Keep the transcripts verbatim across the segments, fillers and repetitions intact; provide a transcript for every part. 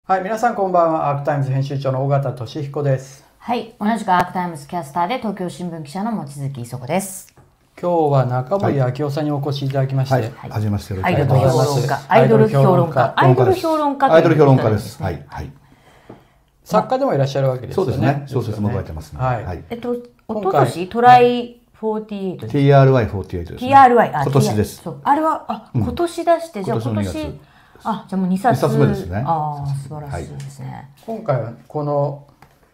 はい、皆さんこんばんは。アークタイムズ編集長の尾形俊彦です。 はい、同じくアークタイムズキャスターで東京新聞記者の望月磯子です。 今日は中森明夫さんにお越しいただきまして、 はいはい、はじめまして。 アイドル評論家、アイドル評論家、アイドル評論家、 アイドル評論家です。はい、はい。 作家でもいらっしゃるわけですよね。 そうですね。小説も書いてますね。 はい。 えっと一昨年トライフォーティーエイト。 ティーアールワイフォーティーエイト ですね。 ティーアールワイ、 今年です。 あれはあ今年出してじゃあ今年。あ、じゃあもうにさつ目ですね。 ああ、素晴らしいですね。 今回はこの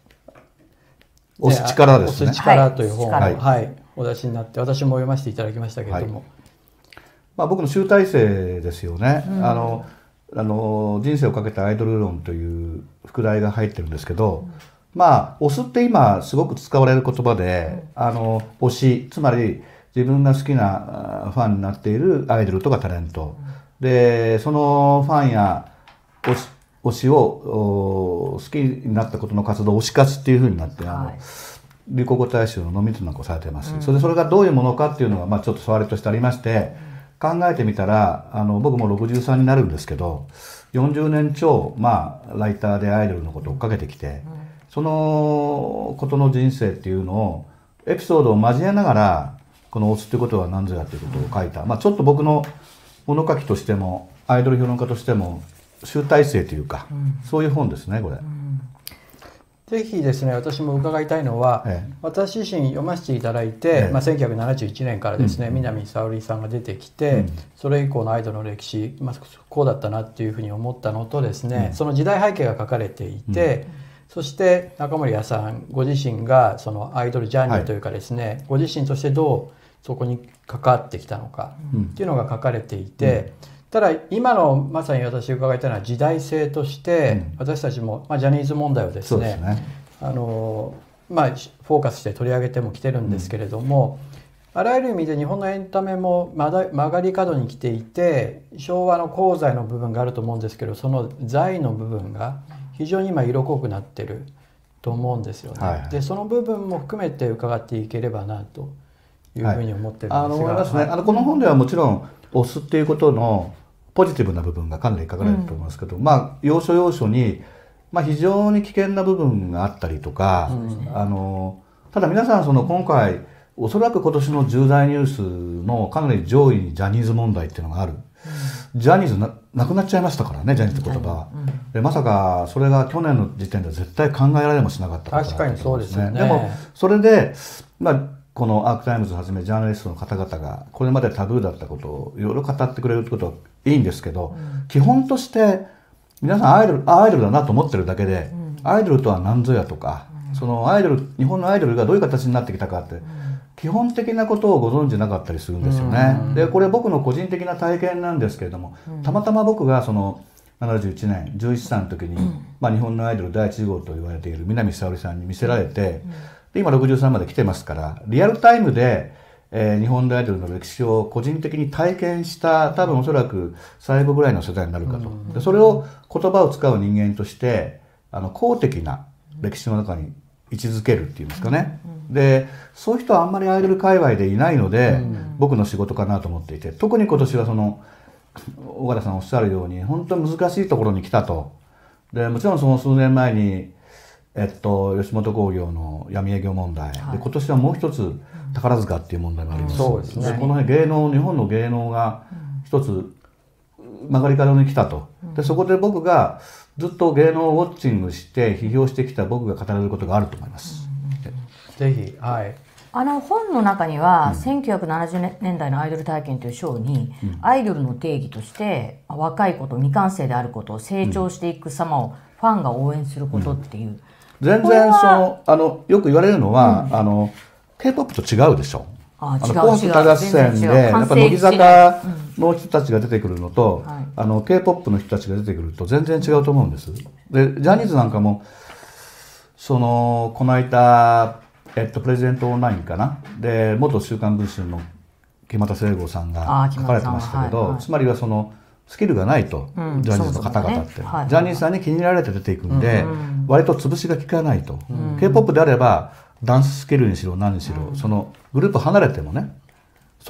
押す力ですね。 押す力という本をはいお出しになって私も読ませていただきましたけれども、 まあ僕の集大成ですよね。あのあの人生をかけたアイドル論という副題が入ってるんですけど、まあ押すって今すごく使われる言葉で、あの推し、つまり自分が好きなファンになっているアイドルとかタレント。でそのファンや推し、推しを好きになったことの活動を推し活っていうふうになって、はい、あの流行語大賞のノミネートなんかされてます、うん、それでそれがどういうものかっていうのが、まあ、ちょっと触りとしてありまして、うん、考えてみたらあの僕もろくじゅうさんになるんですけどよんじゅうねん超、まあ、ライターでアイドルのことを追っかけてきて、うん、そのことの人生っていうのをエピソードを交えながらこの推すってことは何ぞやということを書いた、まあ、ちょっと僕の物書きとしてもアイドル評論家としても集大成というか、うん、そういう本ですねこれ、うん、 ぜひですね私も伺いたいのは、ええ、私自身読ませていただいて、ええまあ、せんきゅうひゃくななじゅういちねんからですね、うん、南沙織さんが出てきて、うん、それ以降のアイドルの歴史、まあ、こうだったなっていうふうに思ったのとですね、うん、その時代背景が書かれていて、うん、そして中森屋さんご自身がそのアイドルジャーニーというかですね、はい、ご自身としてどうそこに関わってきたのかっていうのが書かれていて、うん、ただ今のまさに私伺いたいのは時代性として、うん、私たちも、まあ、ジャニーズ問題をですね、ねあのまあ、フォーカスして取り上げてもきてるんですけれども、うん、あらゆる意味で日本のエンタメもまだ曲がり角に来ていて昭和の功罪の部分があると思うんですけどその罪の部分が非常に今色濃くなってると思うんですよね。はいはい、でその部分も含めて伺っていければなというふうに思ってるんですが、はい、あの思いますね。あのこの本ではもちろん推すっていうことのポジティブな部分がかなり書かれると思いますけど、うん、まあ要所要所に、まあ、非常に危険な部分があったりとか、うん、あのただ皆さんその今回おそらく今年の重大ニュースのかなり上位にジャニーズ問題っていうのがある、うん、ジャニーズ な, なくなっちゃいましたからねジャニーズって言葉は、うん、でまさかそれが去年の時点では絶対考えられもしなかったことだったと思うんですね。 確かにそうですよね。 でもそれでまあこのアークタイムズをはじめジャーナリストの方々がこれまでタブーだったことをいろいろ語ってくれるってことはいいんですけど、うん、基本として皆さんアイドル、アイドルだなと思ってるだけで、うん、アイドルとは何ぞやとか、うん、そのアイドル日本のアイドルがどういう形になってきたかって、うん、基本的なことをご存じなかったりするんですよね。うん、でこれ僕の個人的な体験なんですけれども、うん、たまたま僕がそのななじゅういちねんじゅういちさいの時に、うんまあ、日本のアイドル第一号と言われている南沙織さんに見せられて、うんで今ろくじゅうさんまで来てますからリアルタイムで、えー、日本のアイドルの歴史を個人的に体験した多分おそらく最後ぐらいの世代になるかと、でそれを言葉を使う人間としてあの公的な歴史の中に位置づけるっていうんですかね、でそういう人はあんまりアイドル界隈でいないので僕の仕事かなと思っていて、特に今年はその小原さんおっしゃるように本当に難しいところに来たと。でもちろんその数年前にえっと、吉本興業の闇営業問題、はい、で今年はもう一つ宝塚っていう問題があります、うんそうですね、でこの辺芸能日本の芸能が一つ曲がり角に来たと、でそこで僕がずっと芸能をウォッチングして批評してきた僕が語れることがあると思います、 うん、ぜひ、はい、 あの本の中には、うん、せんきゅうひゃくななじゅうねんだいのアイドル体験という章に、うん、アイドルの定義として若いこと未完成であること成長していく様をファンが応援することっていう、うん全然そのあのよく言われるのは、うん、あの K-ポップ と違うでしょ。 ああの紅白歌合戦でやっぱ乃木坂の人たちが出てくるのと、うんはい、あの K-ポップ の人たちが出てくると全然違うと思うんです。でジャニーズなんかもそのこの間えっとプレゼントオンラインかなで元週刊文春の木俣正剛さんが書かれてましたけど、はいはい、つまりはそのスキルがないと、うん、ジャニーズの方々って、ねはい、ジャニーズさんに気に入られて出ていくんで、うん、割と潰しが効かないと、うん、K-ポップ であればダンススキルにしろ何にしろ、うん、そのグループ離れてもねそれ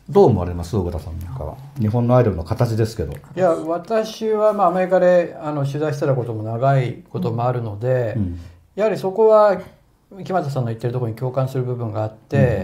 どう思われます小方さんなんかは。日本のアイドルの形ですけど。 いや私はまあアメリカであの取材してたことも長いこともあるので、うん、やはりそこは木俣さんの言ってるところに共感する部分があって、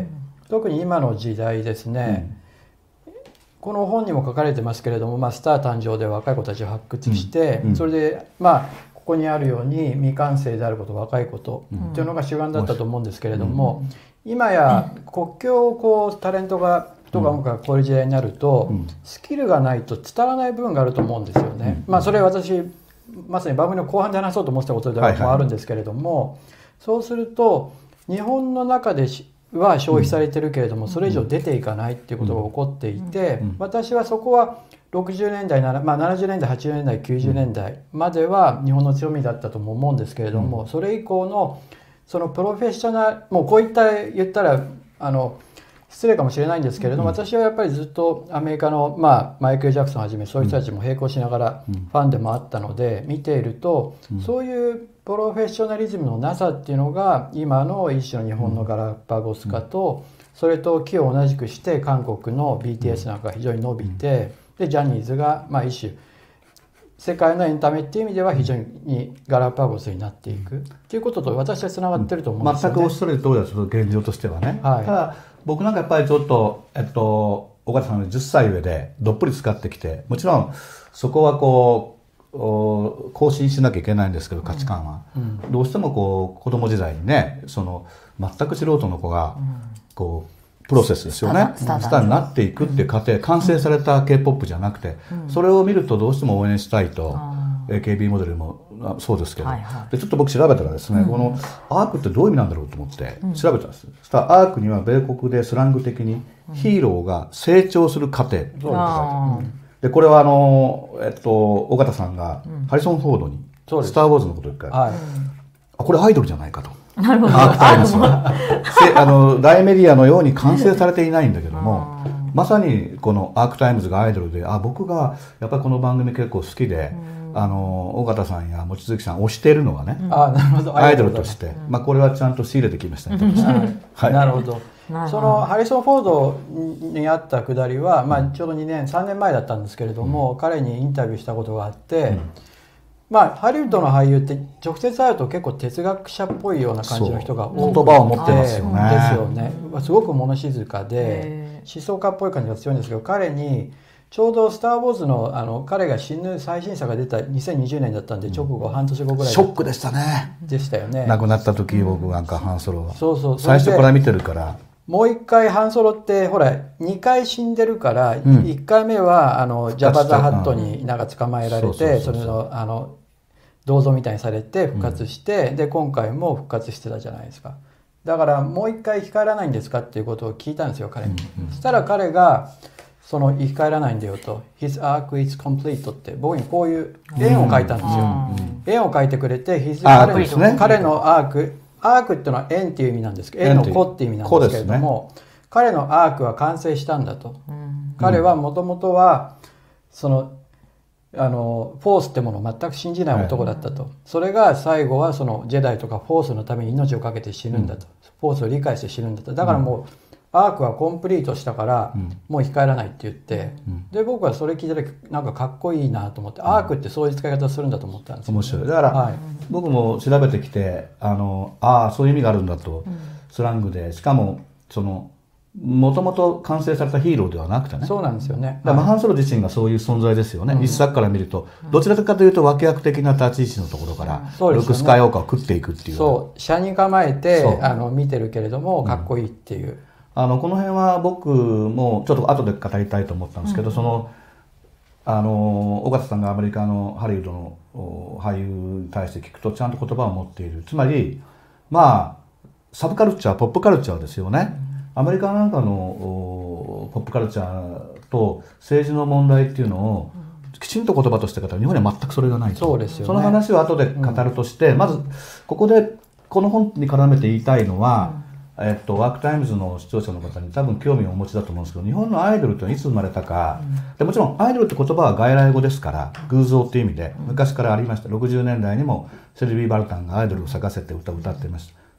うん、特に今の時代ですね、うん、この本にも書かれてますけれども、まあ、スター誕生で若い子たちを発掘して、うん、それでまあここにあるように未完成であること若いことっていうのが主眼だったと思うんですけれども、うん、今や国境をこうタレントが人が音楽がこういう時代になると、うん、スキルがないと伝わらない部分があると思うんですよね。うん、まあそれは私まさに番組の後半で話そうと思ってたことでもあるんですけれども、はいはい、そうすると日本の中では消費されてるけれども、それ以上出ていかないっていうことが起こっていて、私はそこはろくじゅうねんだい、まあ、ななじゅうねんだいはちじゅうねんだいきゅうじゅうねんだいまでは日本の強みだったとも思うんですけれども、それ以降のそのプロフェッショナルもうこういった言ったらあの失礼かもしれないんですけれども、うん、私はやっぱりずっとアメリカの、まあ、マイケル・ジャクソンはじめそういう人たちも並行しながらファンでもあったので見ていると、うん、そういうプロフェッショナリズムのなさっていうのが今の一種の日本のガラパゴス化と、それと木を同じくして韓国の ビーティーエス なんかが非常に伸びて、でジャニーズがまあ一種世界のエンタメっていう意味では非常にガラパゴスになっていくっていうことと私はつながってると思うんですよね。 全くおっしゃる通りだと現状としてはね。はい、ただ僕なんかやっぱりちょっと、えっと、尾形さんのじゅっさい上でどっぷり使ってきて、もちろんそこはこう更新しなきゃいけないんですけど、価値観は、うん、どうしてもこう子供時代にね、その全く素人の子がこうプロセスですよね、スターになっていくっていう過程、完成された ケーポップ じゃなくて、うん、それを見るとどうしても応援したいと、うん、エーケービー モデルもそうですけど、はいはい、でちょっと僕調べたらですね、うん、このアークってどういう意味なんだろうと思って調べたんです、うん、そしたらアークには米国でスラング的にヒーローが成長する過程って書いてある、うん、でこれはあの、えっと、尾形さんがハリソン・フォードに「スター・ウォーズ」のことを言って、はい、あこれアイドルじゃないかと。 なるほど。 アークタイムズはあの大メディアのように完成されていないんだけども、まさにこのアークタイムズがアイドルで、あ僕がやっぱりこの番組結構好きで、あの尾形さんや望月さん推しているのがね、 あなるほどアイドルとして、まあ、これはちゃんと仕入れてきましたね。 はい、なるほど。そのハリソン・フォードにあったくだりは、まあ、ちょうどにねんさんねんまえだったんですけれども、うん、彼にインタビューしたことがあって、うん、まあハリウッドの俳優って直接会うと結構哲学者っぽいような感じの人が多くて、 言葉を持ってますよね。 ですよね。すごく物静かで思想家っぽい感じが強いんですけど、彼にちょうど「スター・ウォーズの」あの彼が死ぬ最新作が出たにせんにじゅうねんだったんで、直後半年後ぐらいショックでしたね。 でしたよね。 亡くなった時僕なんかハンソロはそうそう最初から見てるから。 もう一回ハンソロってほらにかい死んでるから、うん、いっかいめはあのジャバ・ザ・ハットになんか捕まえられて、それのあの銅像みたいにされて復活して、うん、で今回も復活してたじゃないですか。だからもう一回生き返らないんですかっていうことを聞いたんですよ彼に、うんうん、そしたら彼がその生き返らないんだよと His arc is complete って僕にこういう円を描いたんですよ、うん、円を描いてくれて His 彼, ね、彼のアークアークっていうのは円っていう意味なんですけど、円の子っていう意味なんですけれども、ね、彼のアークは完成したんだと、うん、彼はもともとはそのあのフォースってものを全く信じない男だったと、はい、それが最後はそのジェダイとかフォースのために命を懸けて死ぬんだと、うん、フォースを理解して死ぬんだと、だからもう、うん、アークはコンプリートしたから、うん、もう生き返らないって言って、うん、で僕はそれ聞いたらなんかかっこいいなと思って、うん、アークってそういう使い方するんだと思ったんですよ、ね、 面白い。だから、はい、僕も調べてきてあのああそういう意味があるんだと、うん、スラングで、しかもそのもともと完成されたヒーローではなくてね。 そうなんですよね。 だからハンソロ自身がそういう存在ですよね、うん、一作から見ると、どちらかというと脇役的な立ち位置のところから、うん、ルーク・スカイウォーカーを食っていくっていう、 そう車に構えてあの見てるけれどもかっこいいっていう、うん、 あのこの辺は僕もちょっと後で語りたいと思ったんですけど、うん、そのあの尾形さんがアメリカのハリウッドの俳優に対して聞くとちゃんと言葉を持っている。つまりまあサブカルチャー、ポップカルチャーですよね、うん、アメリカなんかのポップカルチャーと政治の問題っていうのをきちんと言葉として語る。日本には全くそれがないと。 そうですよね。 その話を後で語るとして、うん、まずここでこの本に絡めて言いたいのは、うん、えっと、ワークタイムズの視聴者の方に多分興味をお持ちだと思うんですけど、日本のアイドルっていつ生まれたか、うん、でもちろんアイドルって言葉は外来語ですから、偶像っていう意味で昔からありました。ろくじゅうねんだいにもセルビー・バルタンがアイドルを咲かせて歌を歌っていました。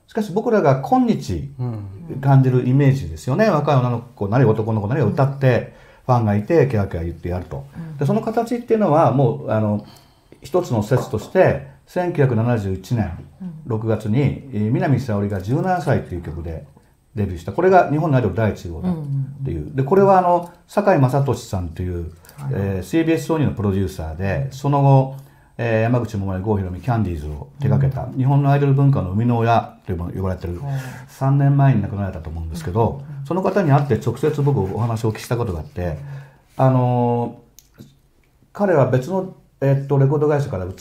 しかし僕らが今日感じるイメージですよね、うん、若い女の子なり男の子なりが歌ってファンがいてキャーキャー言ってやると、うん、でその形っていうのはもうあの一つの説としてせんきゅうひゃくななじゅういちねんろくがつに南沙織がじゅうななさいという曲でデビューした。これが日本のアイドルだいいち号だっていう。でこれはあの堺雅俊さんという、はいえー、シービーエス ソニーのプロデューサーで、その後、えー、山口百恵、郷ひろみ、キャンディーズを手掛けた、うん、日本のアイドル文化の生みの親と呼ばれてる、うん、さんねんまえに亡くなられたと思うんですけど、うん、その方に会って直接僕お話をお聞きしたことがあって、あのー、彼は別の、えー、っとレコード会社から移って、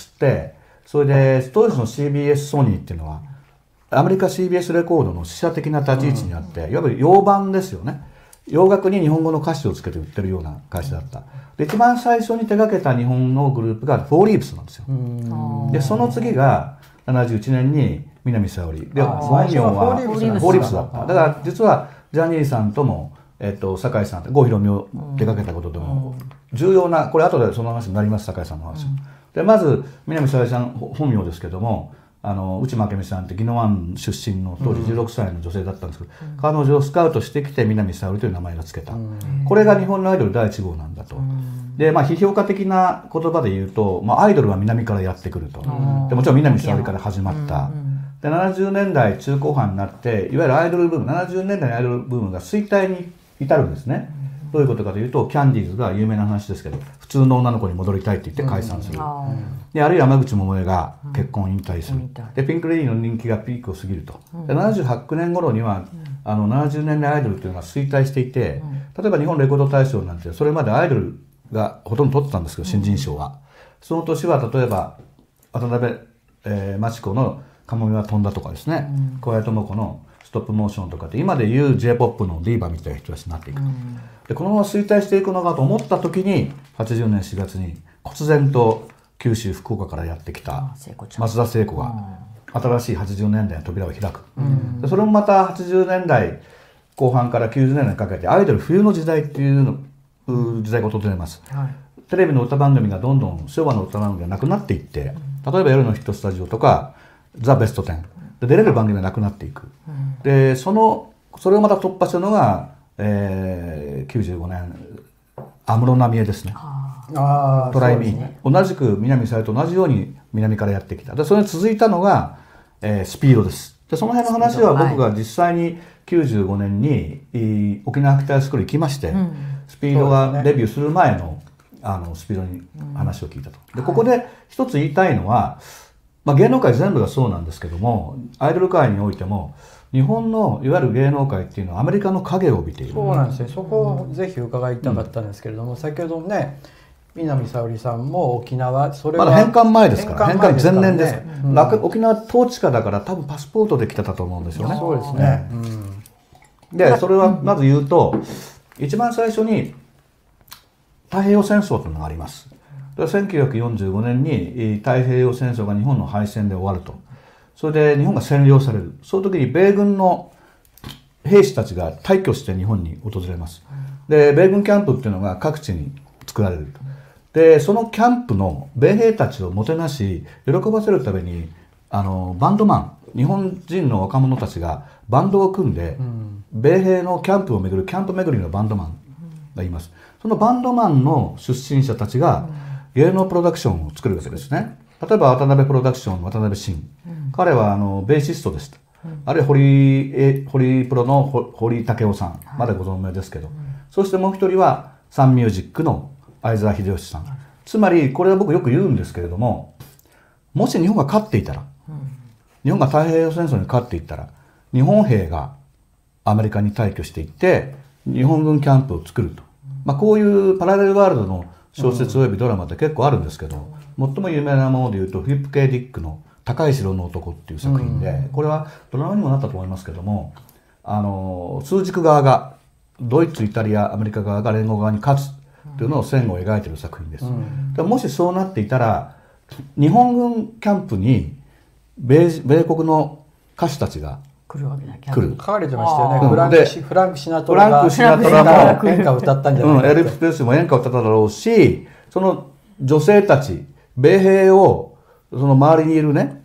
それで当時の シービーエス ソニーっていうのはアメリカ シービーエス レコードの支社的な立ち位置にあって、うん、いわゆる洋版ですよね。洋楽に日本語の歌詞をつけて売ってるような会社だった。で一番最初に手掛けた日本のグループがフォーリーブスなんですよ。でその次がななじゅういちねんに南沙織で本名はフォーリーブスだった。だから実はジャニーさんとも、えっと、堺さん郷ひろみを手掛けたことでも重要な、これ後でその話になります、堺さんの話も。でまず南沙織さん本名ですけども、あの内間明美さんって宜野湾出身の当時じゅうろくさいの女性だったんですけど、うん、彼女をスカウトしてきて南沙織という名前が付けた、うん、これが日本のアイドルだいいち号なんだと、うん、でまあ批評家的な言葉で言うと、まあ、アイドルは南からやってくると、うん、でもちろん南沙織から始まった、うん、でななじゅうねんだい中後半になっていわゆるアイドルブーム、ななじゅうねんだいのアイドルブームが衰退に至るんですね、うん、どういうことかというとキャンディーズが有名な話ですけど普通の女の子に戻りたいって言って解散する、うん、であるいは山口百恵が結婚引退する、うん、でピンク・レディーの人気がピークを過ぎると、うん、でななじゅうはちねん頃には、うん、あのななじゅうねんだいアイドルというのが衰退していて、うん、例えば日本レコード大賞なんてそれまでアイドルがほとんど取ってたんですけど新人賞は、うん、その年は例えば渡辺、えー、真知子の「カモメは飛んだ」とかですね、うん、小林智子のストップモーションとかって今でいう ジェイポップ のディーバみたいな人たちになっていく、うん、でこのまま衰退していくのかと思った時にはちじゅうねんしがつに忽然と九州福岡からやってきた松田聖子が新しいはちじゅうねんだいの扉を開く、うん、でそれもまたはちじゅうねんだいこう半からきゅうじゅうねんだいにかけてアイドル冬の時代っていうの時代が訪れます、はい、テレビの歌番組がどんどん昭和の歌番組がなくなっていって、例えば夜のヒットスタジオとかザ・ベストテンで出れる番組がなくなっていく、うん、でそのそれをまた突破したのが、えー、きゅうじゅうごねん安室奈美恵ですね。あトライミー、ね、同じく南沙織と同じように南からやってきた。でそれに続いたのが、えー、スピードです。でその辺の話は僕が実際にきゅうじゅうごねんに、はい、沖縄アクタースクール行きまして、うん、スピードがデビューする前の、あのスピードに話を聞いたと。でここで一つ言いたいのは、まあ、芸能界全部がそうなんですけどもアイドル界においても日本のいわゆる芸能界っていうのはアメリカの影を帯びている。 そうなんですね。そこをぜひ伺いたかったんですけれども、うん、先ほどね南沙織さんも沖縄それはまだ返還前ですから返還前年です、うん、沖縄統治下だから多分パスポートで来てたと思うんですよね。 そうですね、 うん、でそれはまず言うと、うん、一番最初に太平洋戦争というのがあります。せんきゅうひゃくよんじゅうごねんに太平洋戦争が日本の敗戦で終わると。それで日本が占領される。その時に米軍の兵士たちが退去して日本に訪れます。で米軍キャンプっていうのが各地に作られると。でそのキャンプの米兵たちをもてなし喜ばせるためにあのバンドマン日本人の若者たちがバンドを組んで、うん、米兵のキャンプを巡るキャンプ巡りのバンドマンがいます。そのバンドマンの出身者たちが、うん芸能プロダクションを作るわけですね。例えば渡辺プロダクション渡辺慎、うん、彼はあのベーシストでした、うん、あるいは堀え堀プロの堀武雄さん、はい、まだご存命ですけど、うん、そしてもう一人はサンミュージックの相沢秀吉さん、うん、つまりこれは僕よく言うんですけれども、もし日本が勝っていたら、うん、日本が太平洋戦争に勝っていったら日本兵がアメリカに退去していって日本軍キャンプを作ると、まあ、こういうパラレルワールドの小説およびドラマって結構あるんですけど、最も有名なものでいうとフィリップ・K・ディックの「高い城の男」っていう作品で、これはドラマにもなったと思いますけども、あの枢軸側がドイツイタリアアメリカ側が連合側に勝つというのを線を描いている作品です、うん、でもしそうなっていたら日本軍キャンプに 米, 米国の歌手たちが来るわけだ。 来る。書かれてましたよね。フランクシフランクシナトラが演歌を歌ったんじゃないか、 うん、エルヴィス・プレスリーも演歌を歌っただろうし、その女性たち米兵をその周りにいるね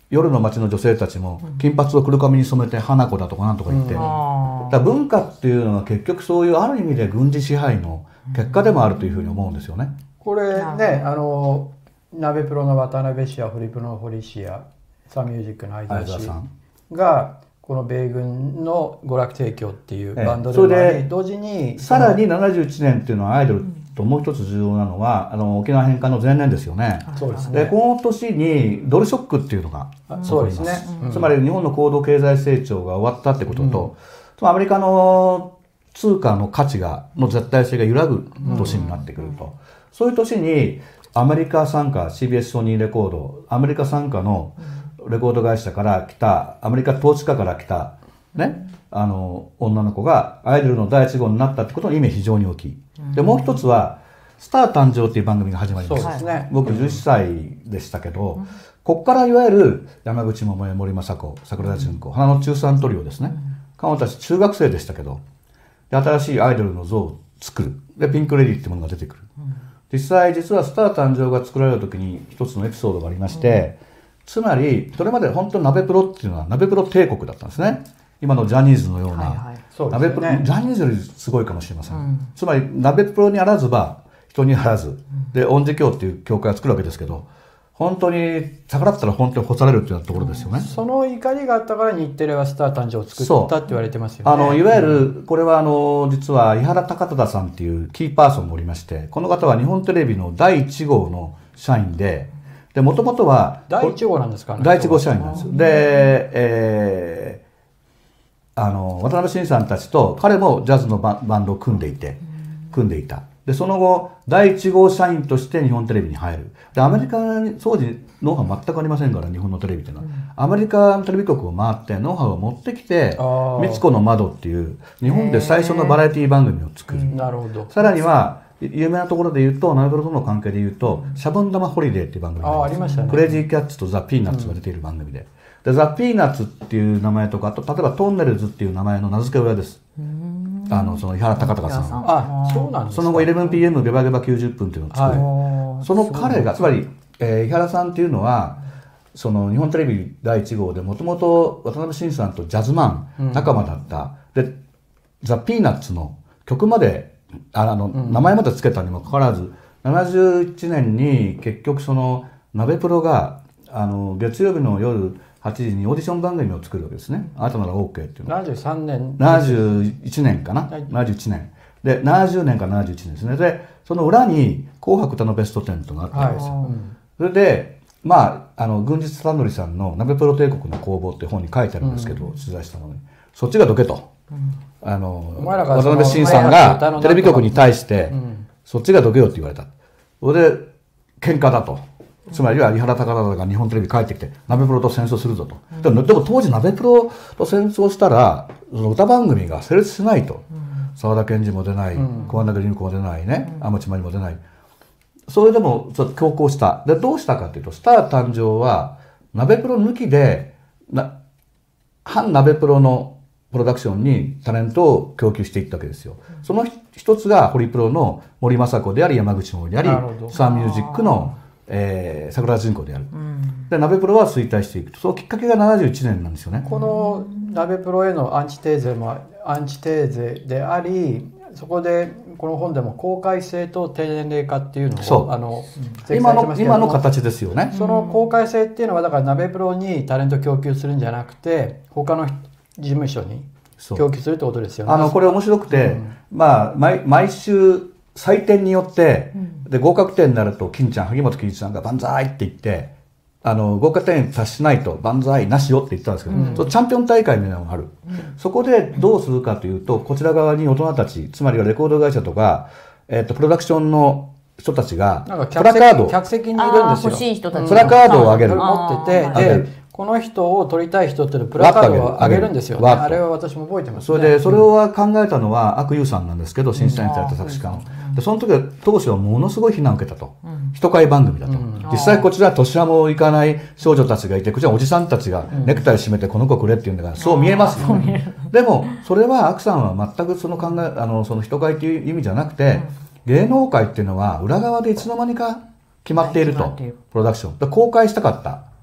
夜の街の女性たちも金髪を黒髪に染めて花子だとかなんとか言って、うん、だから文化っていうのは結局そういうある意味で軍事支配の結果でもあるというふうに思うんですよね。 これね、あのナベプロの渡辺氏やホリプロの堀氏やサンミュージックの相沢氏がこの米軍の娯楽提供っていうバンドでもあり、ええ、同時にさらにななじゅういちねんっていうのはアイドルともう一つ重要なのはあの沖縄返還の前年ですよね。 そうですね。 でこの年にドルショックっていうのが起こります。 そうですね。 うん、つまり日本の高度経済成長が終わったってことと、うん、アメリカの通貨の価値がの絶対性が揺らぐ年になってくると、うん、そういう年にアメリカ傘下 シービーエス ソニーレコードアメリカ傘下のレコード会社から来たアメリカ統治下から来たね、あの女の子がアイドルの第一号になったってことの意味非常に大きい。でもう一つはスター誕生っていう番組が始まります。 そうですね。 僕じゅっさいでしたけど、うん、こっからいわゆる山口百恵、森昌子、桜田淳子、花の中三トリオですね。彼女たち中学生でしたけど、で新しいアイドルの像を作る。でピンクレディっていうものが出てくる。うん、実際実はスター誕生が作られる時に一つのエピソードがありまして、うん、つまりそれまで本当にナベプロっていうのはナベプロ帝国だったんですね。今のジャニーズのような、はいはい、ナベプロ、ジャニーズよりすごいかもしれません。うん、つまりナベプロにあらずば人にあらず、うん、で恩慈教っていう教会を作るわけですけど、本当に逆らったら本当に干されるっていうところですよね。うん、 その怒りがあったから日テレはスター誕生を作ったって言われてますよね。 あのいわゆるこれはあの実は井原貴忠さんっていうキーパーソンもおりまして、この方は日本テレビのだいいち号の社員で、でもともとはだいいち号なんですかね。 だいいち号社員なんですよ。で、えーあの渡辺晋さんたちと彼もジャズのバンドを組んでいて組んでいた。でその後だいいち号社員として日本テレビに入る。でアメリカに当時ノウハウ全くありませんから、日本のテレビっていうのは、うん、アメリカのテレビ局を回ってノウハウを持ってきて「みつこの窓」っていう日本で最初のバラエティ番組を作る。 なるほど。 さらには有名なところで言うとナベプロとの関係で言うと「シャボン玉ホリデー」っていう番組があります。クレイジーキャッツとザ・ピーナッツが出ている番組で。でザ・ピーナッツっていう名前とか、あと例えばトンネルズっていう名前の名付け親です。あのその井原貴孝さん。 あ、そうなんですか。 その後 イレブンピーエム ゲバゲバきゅうじゅっぷんっていうのを作る。はい、その彼がつまり、えー、井原さんっていうのはその日本テレビだいいち号でもともと渡辺晋さんとジャズマン仲間だった。うん、でザ・ピーナッツの曲まであの、うん、名前まで付けたにもかかわらず、ななじゅういちねんに結局そのナベプロがあの月曜日の夜はちじにオーディション番組を作るわけですね。あなたなら OK っていうの。 ななじゅうさんねん。 ななじゅういちねんかな。はい、ななじゅういちねん。で、ななじゅうねんかななじゅういちねんですね。で、その裏に紅白歌のベストテンというのがあったんですよ。はい、それで、まあ、あの、軍実忠則さんのナベプロ帝国の攻防って本に書いてあるんですけど、うん、取材したのに。そっちがどけと。うん、あの、渡辺晋さんがテレビ局に対して、うん、そっちがどけよって言われた。それで、喧嘩だと。つまりは井原貴孝が日本テレビ帰ってきてナベプロと戦争するぞと、うん、でもでも当時ナベプロと戦争したらその歌番組が成立しないと、沢、うん、田研二も出ない、小穴栗子も出ないね、天地真理も出ない。それでもちょっと強行した。でどうしたかというと、スター誕生はナベプロ抜きでな反ナベプロのプロダクションにタレントを供給していったわけですよ。うん、その一つがホリプロの森昌子であり山口百恵でありサンミュージックのえー、桜田淳子である、うん、でナベプロは衰退していくと。そのきっかけがななじゅういちねんなんですよね。 このナベプロへのアンチテーゼもアンチテーゼであり、そこでこの本でも公開性と低年齢化っていうのをあの今の今の形ですよね。 その公開性っていうのはだからナベプロにタレント供給するんじゃなくて他の事務所に供給するってことですよね。 あのこれ面白くて、うん、まあ 毎, 毎週採点によって、うん、で合格点になると金ちゃん萩本欽一さんが万歳って言ってあの合格点達しないと万歳なしよって言ったんですけど、うん、そのチャンピオン大会みたいなのがある、うん、そこでどうするかというと、こちら側に大人たち、つまりはレコード会社とか、えー、とプロダクションの人たちがプラカード客席にいるんですよ。 欲しい人たちプラカードをあげる、 持ってて、でこの人を撮りたい人っていうプラカードをあげるんですよね。あれは私も覚えてますね。 それでそれを考えたのは阿久悠さんなんですけど、審査員された作詞家の。でその時は当初はものすごい非難を受けたと、うん、人会番組だと、うん、実際こちらは年端もいかない少女たちがいて、こちらおじさんたちがネクタイ締めてこの子くれって言うんだから、うん、そう見えますよね。でもそれは阿久さんは全くその考えあのその人会という意味じゃなくて、うん、芸能界っていうのは裏側でいつの間にか決まっていると、プロダクションで公開したかった。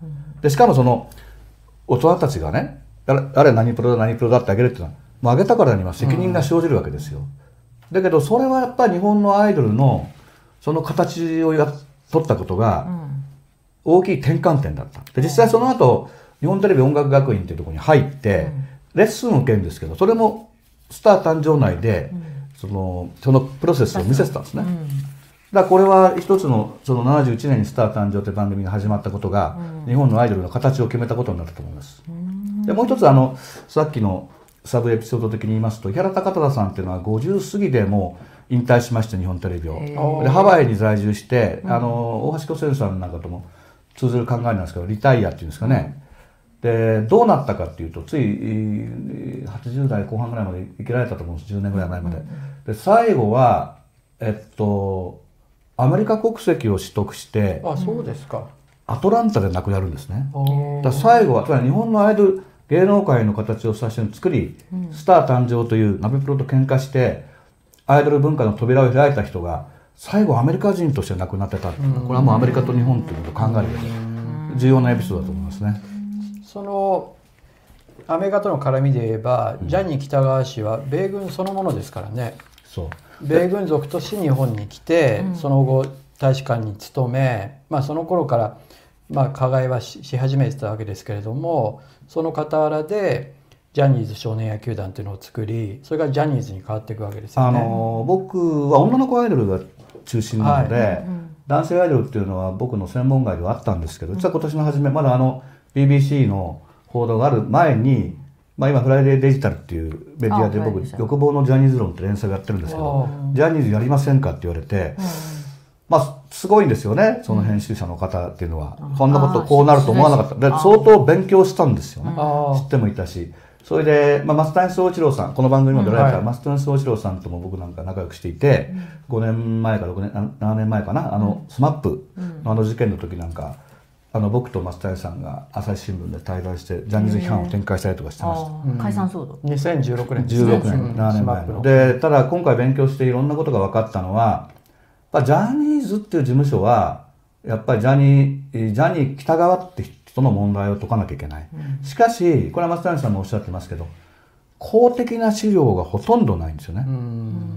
でしかもその大人たちがね、あれあれ何プロだ何プロだってあげるっていうのは、もうあげたからには責任が生じるわけですよ、うん、だけどそれはやっぱり日本のアイドルのその形をや取ったことが大きい転換点だった。で実際その後日本テレビ音楽学院っていうところに入ってレッスンを受けるんですけど、それもスター誕生内でそのそのプロセスを見せてたんですね。だからこれは一つのそのななじゅういちねんにスター誕生という番組が始まったことが日本のアイドルの形を決めたことになったと思います。でもう一つあのさっきのサブエピソード的に言いますと、井原高忠さんっていうのはごじゅう過ぎでもう引退しまして、日本テレビをでハワイに在住して、あの大橋巨泉さんなんかとも通ずる考えなんですけど、リタイアっていうんですかね。でどうなったかっていうと、ついはちじゅう代後半ぐらいまで生きられたと思うんです、じゅうねんぐらい前まで。で最後はえっとアメリカ国籍を取得して、 あ、そうですか、 アトランタで亡くなるんですね。だ最後はつまり日本のアイドル芸能界の形を最初に作り、うん、スター誕生というナビプロと喧嘩してアイドル文化の扉を開いた人が最後アメリカ人として亡くなってたっていうのは、これはもうアメリカと日本ということを考える上で重要なエピソードだと思いますね。 そのアメリカとの絡みで言えば、うん、ジャニー喜多川氏は米軍そのものですからね。 そう米軍属として日本に来て、うん、その後大使館に勤め、まあ、その頃から、まあ、加害は し, し始めてたわけですけれども、その傍らでジャニーズ少年野球団というのを作り、それがジャニーズに変わっていくわけですよね。 あの僕は女の子アイドルが中心なので、はい、男性アイドルっていうのは僕の専門外ではあったんですけど、実は今年の初めまだあの ビービーシー の報道がある前に、まあ、今フライデーデジタルっていうメディアで僕欲望のジャニーズ論って連載をやってるんですけど、ジャニーズやりませんかって言われて、まあすごいんですよね、その編集者の方っていうのは。こんなことこうなると思わなかった。で相当勉強したんですよね。知ってもいたし、それで、まあ、増谷宗一郎さん、この番組にも出られた増谷宗一郎さんとも僕なんか仲良くしていて、ごねんまえかろくねんななねんまえかな、あのスマップのあの事件の時なんか、あの僕と増谷さんが朝日新聞で対談してジャニーズ批判を展開したりとかしてました。 解散騒動にせんじゅうろくねんじゅうろくねん、ななねんまえので、ただ今回勉強していろんなことが分かったのは、ジャニーズっていう事務所はやっぱりジャニージャニー喜多川って人の問題を解かなきゃいけない、うん、しかしこれは増谷さんもおっしゃってますけど、公的な資料がほとんどないんですよね。うん、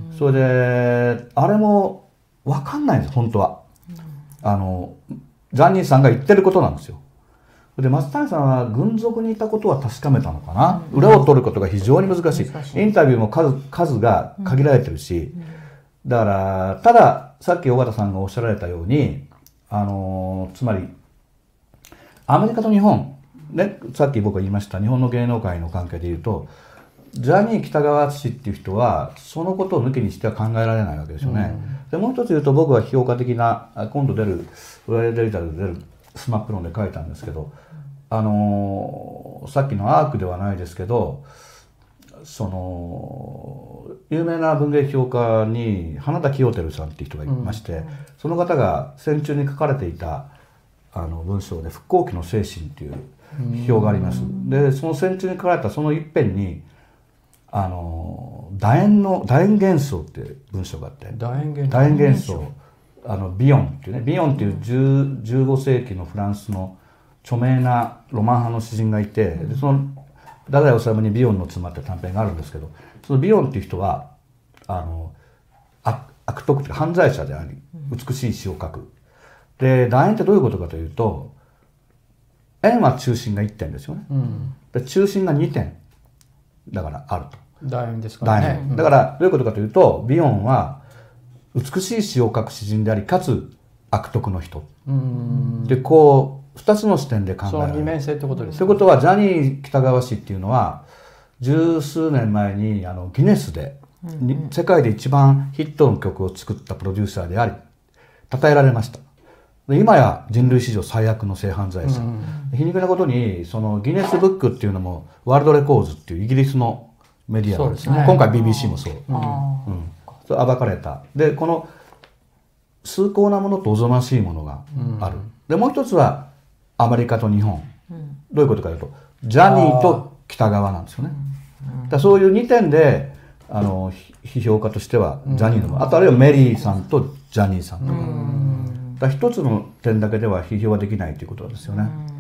それであれも分かんないんです本当は、うん、あのジャニーさんが言ってることなんですよ。で増谷さんは軍属にいたことは確かめたのかな、うん、裏を取ることが非常に難しい、難しいインタビューも 数, 数が限られてるし、うんうん、だからたださっき尾形さんがおっしゃられたように、あのつまりアメリカと日本、ね、さっき僕が言いました日本の芸能界の関係でいうと、ジャニー喜多川氏っていう人はそのことを抜きにしては考えられないわけですよね。うん、でもう一つ言うと、僕は評価的な今度出るフライデーデジタルで出るスマップ論で書いたんですけど、あのさっきのアークではないですけど、その有名な文芸評価に花田清輝さんっていう人がいまして、うん、その方が戦中に書かれていたあの文章で「復興期の精神」っていう批評があります。でその戦中に書かれたその一編にあの楕円の楕円幻想っていう文章があって、 楕円幻楕円幻想あのビヨンっていうね、ビヨンっていうじゅうご世紀のフランスの著名なロマン派の詩人がいて、でその太宰治に「ビヨンの妻」って短編があるんですけど、そのビヨンっていう人はあの 悪, 悪徳というか犯罪者であり美しい詩を書く。で楕円ってどういうことかというと、円は中心がいってんですよね、うん、で中心がにてんだからあると。 楕円ですからね。 だからどういうことかというと、ビヨンは美しい詩を書く詩人でありかつ悪徳の人、うん、でこうふたつの視点で考えられる。 その二面性ってことですか。 ということはジャニー喜多川氏っていうのは十数年前にあのギネスで、うんうん、世界で一番ヒットの曲を作ったプロデューサーであり称えられました。で今や人類史上最悪の性犯罪者、うんうん、皮肉なことにそのギネスブックっていうのもワールドレコーズっていうイギリスのメディアなんですね。今回 ビービーシー もそう、うんうん、それ暴かれた。でこの崇高なものとおぞましいものがある、うん、でもう一つはアメリカと日本、うん、どういうことかというとジャニーと北川なんですよね、うん、だそういうにてんであの批評家としてはジャニーの、うん、あとあるいはメリーさんとジャニーさんとか、うん、だ一つの点だけでは批評はできないということなんですよね。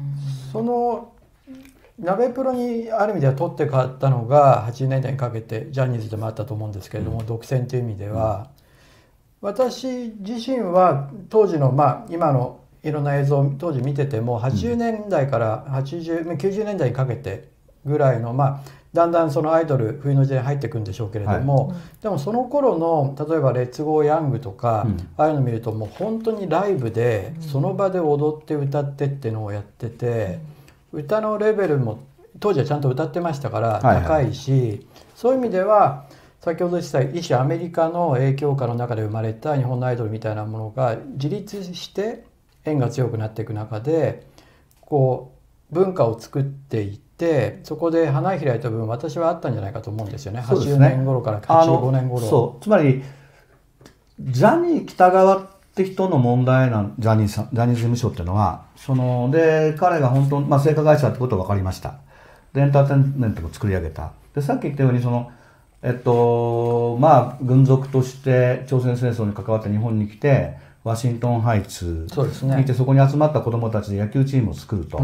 そのナベプロにある意味では取って変わったのがはちじゅうねんだいにかけてジャニーズでもあったと思うんですけれども、うん、独占という意味では、うん、私自身は当時のまあ今のいろんな映像を当時見ててもはちじゅうねんだいからはちじゅう、きゅうじゅうねんだいにかけてぐらいのまあだんだんそのアイドル冬の時代に入っていくんでしょうけれども、はい、でもその頃の例えばレッツゴーヤングとか、うん、ああいうの見るともう本当にライブでその場で踊って歌ってってのをやってて、うん、歌のレベルも当時はちゃんと歌ってましたから高いし、はいはい、そういう意味では先ほど言ってた一種アメリカの影響下の中で生まれた日本のアイドルみたいなものが自立して縁が強くなっていく中でこう文化を作っていってでそこで花開いた部分私はあったんじゃないかと思うんですよね。はちじゅうねん頃からはちじゅうごねん頃。 そうつまりジャニー喜多川って人の問題なんジャニーさんジャニーズ事務所っていうのはそので彼が本当に、まあ、成果会社ってことは分かりました。でエンターテインメントも作り上げた。でさっき言ったようにそのえっとまあ軍属として朝鮮戦争に関わって日本に来てワシントンハイツにいて そ,、ね、そこに集まった子どもたちで野球チームを作ると、うん、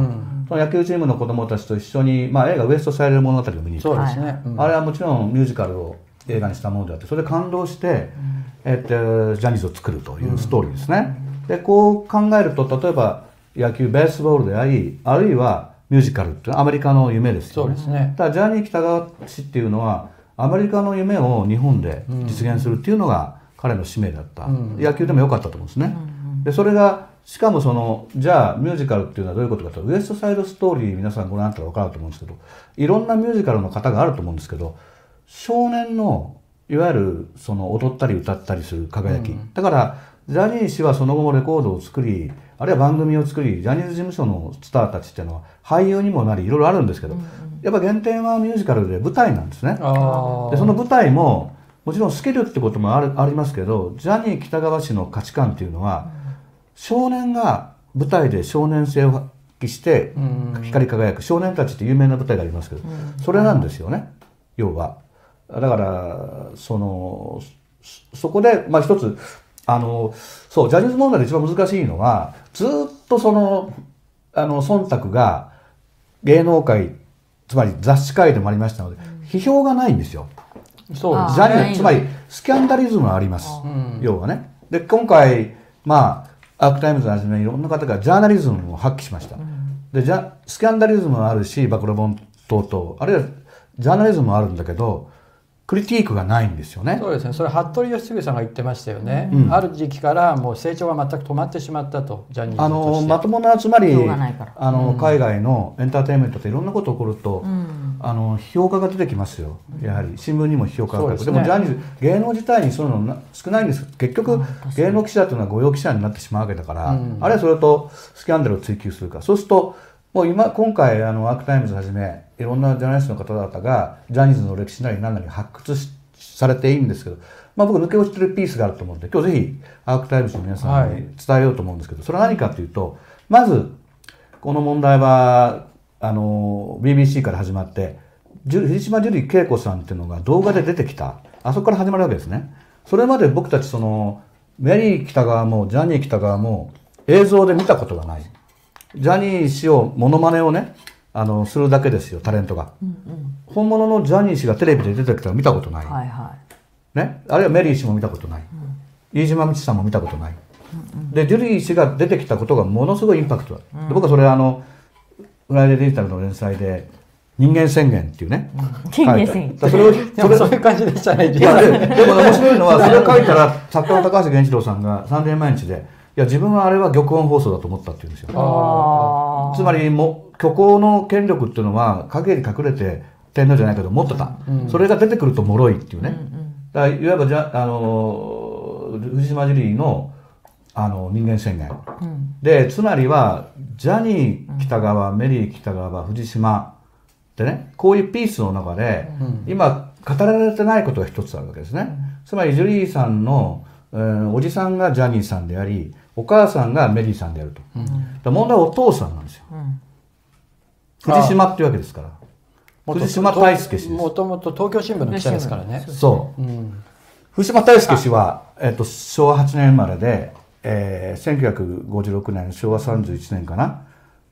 その野球チームの子どもたちと一緒に、まあ、映画「ウエストサイド物語」を見に行った、そうですね、うん、あれはもちろんミュージカルを映画にしたものであってそれで感動して、うん、えっと、ジャニーズを作るというストーリーですね、うん、でこう考えると例えば野球ベースボールでありあるいはミュージカルっていうのはアメリカの夢ですよね。そうですね。ただジャニー喜多川氏っていうのはアメリカの夢を日本で実現するっていうのが、うん彼の使命だった、うん、野球でも良かったと思うんですね、うんうん、でそれがしかもそのじゃあミュージカルっていうのはどういうことかとウエストサイドストーリー皆さんご覧になったら分かると思うんですけどいろんなミュージカルの方があると思うんですけど少年のいわゆるその踊ったり歌ったりする輝き、うん、だからジャニー氏はその後もレコードを作りあるいは番組を作りジャニーズ事務所のスターたちっていうのは俳優にもなりいろいろあるんですけど、うんうん、やっぱ原点はミュージカルで舞台なんですね。でその舞台ももちろんスキルってこともあるありますけどジャニー喜多川氏の価値観っていうのは、うん、少年が舞台で少年性を発揮して光り輝く少年たちって有名な舞台がありますけど、うん、それなんですよね要は。だからそのそこでまあ一つあのそうジャニーズ問題で一番難しいのはずっとそのあの忖度が芸能界つまり雑誌界でもありましたので、うん、批評がないんですよ。そうジャニーつまりスキャンダリズムはあります、うん、要はね。で今回まあアークタイムズをはじめいろんな方がジャーナリズムを発揮しました、うん、でジャスキャンダリズムはあるし暴露本等々あるいはジャーナリズムもあるんだけどクリティークがないんですよね。そうですね。それ服部吉次さんが言ってましたよね、うん、ある時期からもう成長が全く止まってしまったとジャニーズとしてあのまともなつまりあの、うん、海外のエンターテインメントっていろんなこと起こると、うん、あの批評家が出てきますよ。やはり新聞にも批評家が書く、でもジャニーズ芸能自体にそういうの少ないんです。結局、うん、芸能記者というのは御用記者になってしまうわけだから、うん、あるいはそれとスキャンダルを追及するか。そうするともう今今回あのアークタイムズはじめいろんなジャーナリストの方々がジャニーズの歴史なり何なり発掘しされていいんですけど、まあ、僕抜け落ちてるピースがあると思うんで今日ぜひアークタイムズの皆さんに伝えようと思うんですけど、はい、それは何かというとまずこの問題はあの ビービーシー から始まって藤島ジュリー景子さんっていうのが動画で出てきたあそこから始まるわけですね。それまで僕たちそのメリー喜多川もジャニー喜多川も映像で見たことがない。ジャニー氏をモノマネをねあのするだけですよタレントが、うんうん、本物のジャニー氏がテレビで出てきたら見たことない、はいはいね、あるいはメリー氏も見たことない、うん、飯島美智さんも見たことない、うんうん、でジュリー氏が出てきたことがものすごいインパクトだ、うん、で僕はそれあのフライデーデジタルの連載で人間宣言っていうね、 うん、人間宣言それをそれそういう感じでしたね。 いや で, でも面白いのはそれを書いたら作家の高橋源一郎さんがサンデー毎日でいや自分はあれは玉音放送だと思ったって言うんですよ。あつまりも虚構の権力っていうのは影に隠れて天皇じゃないけど持ってた、うん、それが出てくると脆いっていうね、うんうん、だからいわばじゃあの藤島ジュリー の, あの人間宣言、うん、でつまりはジャニー喜多川、うん、メリー喜多川藤島ってねこういうピースの中で、うん、今語られてないことが一つあるわけですね、うん、つまりジュリーさんの、えー、おじさんがジャニーさんでありお母さんがメリーさんであると、うん、だ問題はお父さんなんですよ、うん、藤島っていうわけですから藤島大輔氏です。 もともと東京新聞の記者ですからね。 そう、うん、藤島大輔氏は、えっと、しょうわはちねん生まれで、えー、せんきゅうひゃくごじゅうろくねんしょうわさんじゅういちねんかな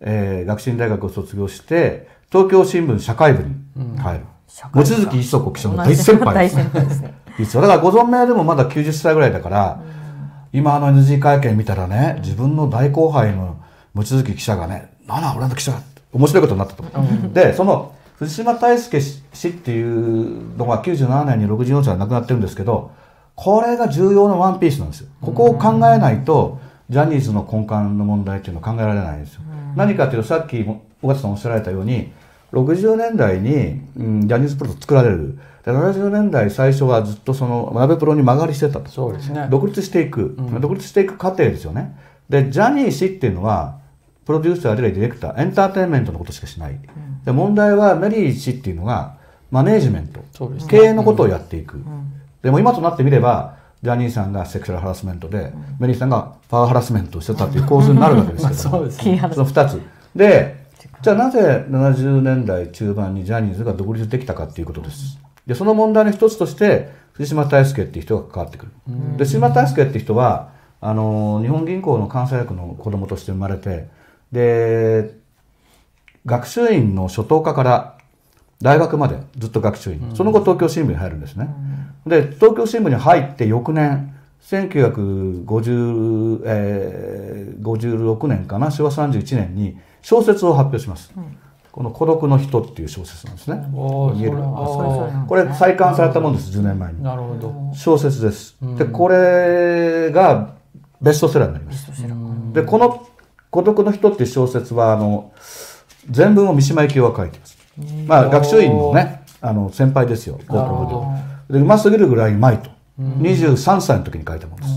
えー、学習院大学を卒業して東京新聞社会部に入る、うん、望月磯子記者の大先輩ですね実はだからご存命でもまだきゅうじゅっさいぐらいだから、うん、今あの エヌジー 会見見たらね、自分の大後輩の望月記者がね「なんだ俺の記者だ」って面白いことになったと思う、うん、でその藤島大輔氏っていうのがきゅうじゅうななねんにろくじゅうよんさいで亡くなってるんですけど、これが重要なワンピースなんですよ。ここを考えないとジャニーズの根幹の問題っていうのは考えられないんですよ。何かというとさっき尾形さんおっしゃられたようにろくじゅうねんだいに、うん、ジャニーズプロと作られる。でななじゅうねんだい最初はずっとそのナベプロに間借りしてたと。 そうですね。 独立していく、うん、独立していく過程ですよね。でジャニー氏っていうのはプロデューサーあるいはディレクターエンターテインメントのことしかしない、うん、で問題はメリー氏っていうのがマネージメント、そうですね、経営のことをやっていく、うん、でも今となってみればジャニーさんがセクシャルハラスメントで、うん、メリーさんがパワーハラスメントをしてたという構図になるわけですけどそうですね、そのふたつで、じゃあなぜななじゅうねんだい中盤にジャニーズが独立できたかっていうことです。でその問題の一つとして藤島大輔っていう人が関わってくる。で藤島大輔っていう人はあの日本銀行の関西役の子供として生まれて、で学習院の初等科から大学までずっと学習院、その後東京新聞に入るんですね。で東京新聞に入って翌年せんきゅうひゃくごじゅう、えー、ごじゅうろくねんかな、しょわさんじゅういちねんに小説を発表します、うん、この孤独の人っていう小説なんですね。見えるこれ再刊されたものです、じゅうねんまえに。 なるほど。 小説です、うん、でこれがベストセラーになります。でこの孤独の人っていう小説はあの全文を三島由紀夫が書いてます。まあ学習院のねあの先輩ですよ、高校で。でうますぎるぐらいうまいとにじゅうさんさいの時に書いたものです。